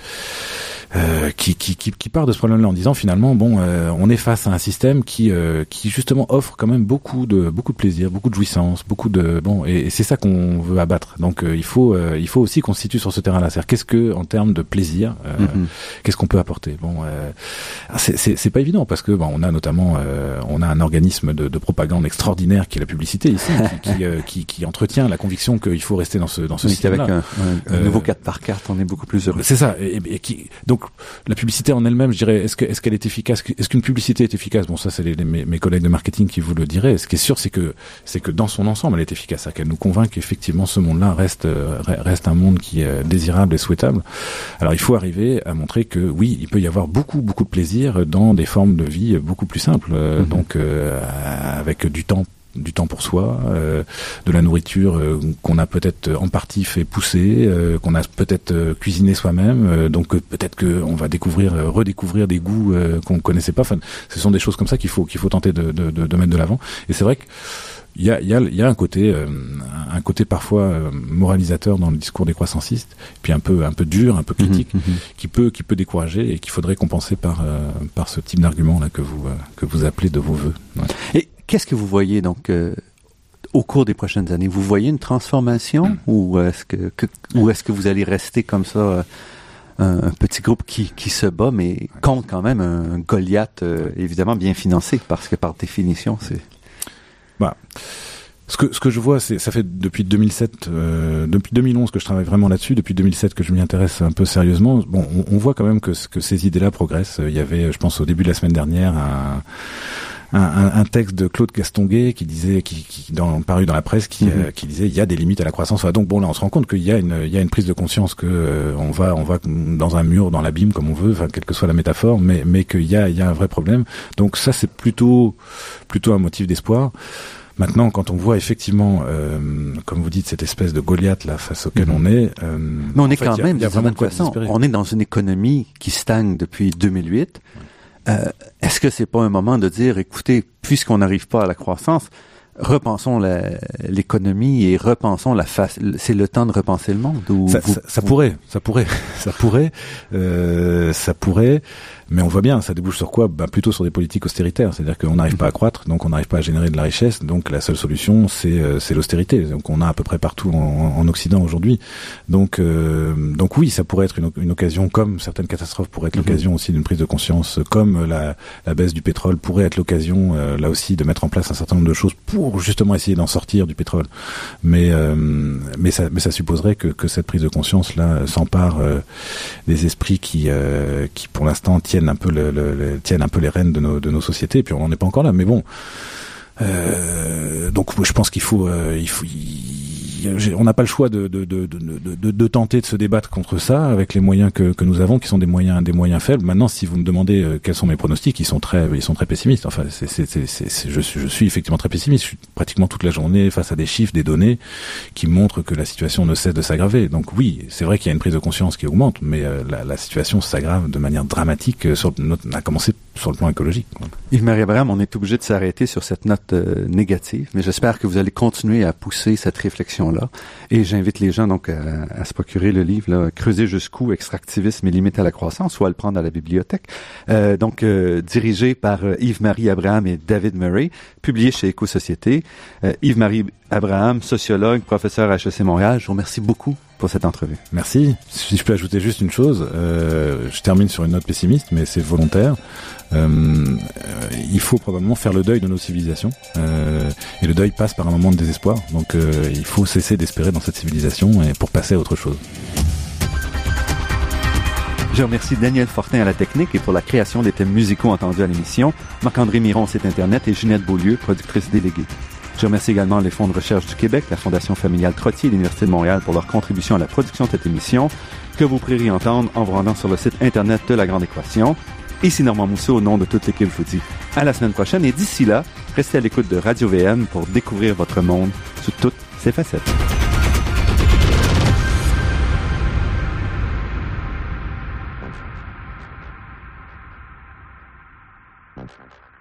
euh, qui, qui qui qui part de ce problème-là en disant finalement bon euh, on est face à un système qui euh, qui justement offre quand même beaucoup de beaucoup de plaisir, beaucoup de jouissance, beaucoup de bon et, et c'est ça qu'on veut abattre. Donc euh, il faut euh, il faut aussi qu'on se situe sur ce terrain-là. C'est-à-dire qu'est-ce que en termes de plaisir, euh, mm-hmm. qu'est-ce qu'on peut apporter. Bon, euh, c'est, c'est, c'est pas évident parce que bon, on a notamment, euh, on a un organisme de, de propagande extraordinaire qui est la publicité ici, qui, qui, euh, qui, qui entretient la conviction qu'il faut rester dans ce dans ce oui, système-là. Avec un, un, un euh, nouveau quatre par carte, on est beaucoup plus heureux. C'est ça. Et, et qui, donc la publicité en elle-même, je dirais, est-ce que est-ce qu'elle est efficace? Est-ce qu'une publicité est efficace? Bon, ça, c'est les, les, mes, mes collègues de marketing qui vous le diraient. Ce qui est sûr, c'est que c'est que dans son ensemble, elle est efficace, qu'elle nous convainc qu'effectivement ce monde-là reste reste un monde qui est désirable et souhaitable. Alors il faut arriver à montrer que oui, il peut y avoir beaucoup beaucoup de plaisir dans des formes de vie beaucoup plus simples, euh, mmh. donc euh, avec du temps du temps pour soi, euh, de la nourriture euh, qu'on a peut-être en partie fait pousser, euh, qu'on a peut-être euh, cuisiné soi-même, euh, donc euh, peut-être que on va découvrir, euh, redécouvrir des goûts euh, qu'on connaissait pas. Enfin, ce sont des choses comme ça qu'il faut qu'il faut tenter de, de, de, de mettre de l'avant. Et c'est vrai que il y a il y a il y a un côté euh, un côté parfois euh, moralisateur dans le discours des croissancistes, puis un peu un peu dur, un peu critique, mmh, mmh. qui peut qui peut décourager et qu'il faudrait compenser par euh, par ce type d'argument là que vous euh, que vous appelez de vos vœux. Ouais. Et qu'est-ce que vous voyez donc euh, au cours des prochaines années? Vous voyez une transformation mmh. ou est-ce que, que ou est-ce que vous allez rester comme ça euh, un, un petit groupe qui qui se bat mais contre quand même un Goliath euh, évidemment bien financé parce que par définition c'est Bah, ce que ce que je vois, c'est ça fait depuis deux mille sept, euh, depuis deux mille onze que je travaille vraiment là-dessus. Depuis deux mille sept que je m'y intéresse un peu sérieusement. Bon, on, on voit quand même que que ces idées-là progressent. Il y avait, je pense, au début de la semaine dernière, un un, un texte de Claude Castonguay qui disait, qui, qui dans, paru dans la presse, qui, mm-hmm. euh, qui disait il y a des limites à la croissance. Donc bon, là, on se rend compte qu'il y a une il y a une prise de conscience que euh, on va on va dans un mur, dans l'abîme, comme on veut, enfin quelle que soit la métaphore, mais mais qu'il y a il y a un vrai problème. Donc ça, c'est plutôt plutôt un motif d'espoir. Maintenant, quand on voit effectivement, euh, comme vous dites, cette espèce de Goliath là face auquel mmh. on est, euh, mais on est quand fait, même, il y a, y a vraiment de façon, on est dans une économie qui stagne depuis deux mille huit. Ouais. Euh, est-ce que c'est pas un moment de dire, écoutez, puisqu'on n'arrive pas à la croissance, repensons la, l'économie et repensons la face. C'est le temps de repenser le monde. Ou ça, vous, ça, ça vous... pourrait, ça pourrait, ça pourrait, euh, ça pourrait. Mais on voit bien, ça débouche sur quoi? Ben plutôt sur des politiques austéritaires, c'est-à-dire qu'on n'arrive pas à croître, donc on n'arrive pas à générer de la richesse, donc la seule solution c'est euh, c'est l'austérité. Donc on a à peu près partout en, en Occident aujourd'hui. Donc euh, donc oui, ça pourrait être une, une occasion, comme certaines catastrophes pourraient être mm-hmm. l'occasion aussi d'une prise de conscience, comme la la baisse du pétrole pourrait être l'occasion euh, là aussi de mettre en place un certain nombre de choses pour justement essayer d'en sortir du pétrole. Mais euh, mais ça mais ça supposerait que que cette prise de conscience là s'empare euh, des esprits qui euh, qui pour l'instant tiennent un peu le, le, le tiennent un peu les rênes de nos de nos sociétés, et puis on n'en est pas encore là, mais bon euh, donc je pense qu'il faut euh, il faut il, on n'a pas le choix de de, de de de de tenter de se débattre contre ça avec les moyens que que nous avons, qui sont des moyens des moyens faibles. Maintenant, si vous me demandez euh, quels sont mes pronostics, ils sont très ils sont très pessimistes. Enfin, c'est c'est c'est, c'est, c'est je suis je suis effectivement très pessimiste. Je suis pratiquement toute la journée face à des chiffres, des données qui montrent que la situation ne cesse de s'aggraver. Donc oui, c'est vrai qu'il y a une prise de conscience qui augmente, mais euh, la, la situation s'aggrave de manière dramatique, euh, sur notre, à commencer sur le plan écologique. Yves-Marie Abraham, on est obligé de s'arrêter sur cette note euh, négative, mais j'espère que vous allez continuer à pousser cette réflexion-là. Et j'invite les gens donc à, à se procurer le livre là, Creuser jusqu'où, extractivisme et limite à la croissance, ou à le prendre à la bibliothèque. Euh, donc euh, dirigé par euh, Yves-Marie Abraham et David Murray, publié chez Éco-Société. Euh, Yves-Marie Abraham, sociologue, professeur à H E C Montréal. Je vous remercie beaucoup pour cette entrevue. Merci. Si je peux ajouter juste une chose, euh, je termine sur une note pessimiste, mais c'est volontaire. Euh, euh, il faut probablement faire le deuil de nos civilisations, euh, et le deuil passe par un moment de désespoir. Donc euh, il faut cesser d'espérer dans cette civilisation et pour passer à autre chose. Je remercie Daniel Fortin à la technique et pour la création des thèmes musicaux entendus à l'émission, Marc-André Miron au site Internet et Ginette Beaulieu, productrice déléguée. Je remercie également les Fonds de recherche du Québec, la Fondation familiale Trottier et l'Université de Montréal pour leur contribution à la production de cette émission, que vous pourrez entendre en vous rendant sur le site Internet de La Grande Équation. Ici Normand Mousseau, au nom de toute l'équipe, je vous dis à la semaine prochaine et d'ici là, restez à l'écoute de Radio V M pour découvrir votre monde sous toutes ses facettes. Thank you.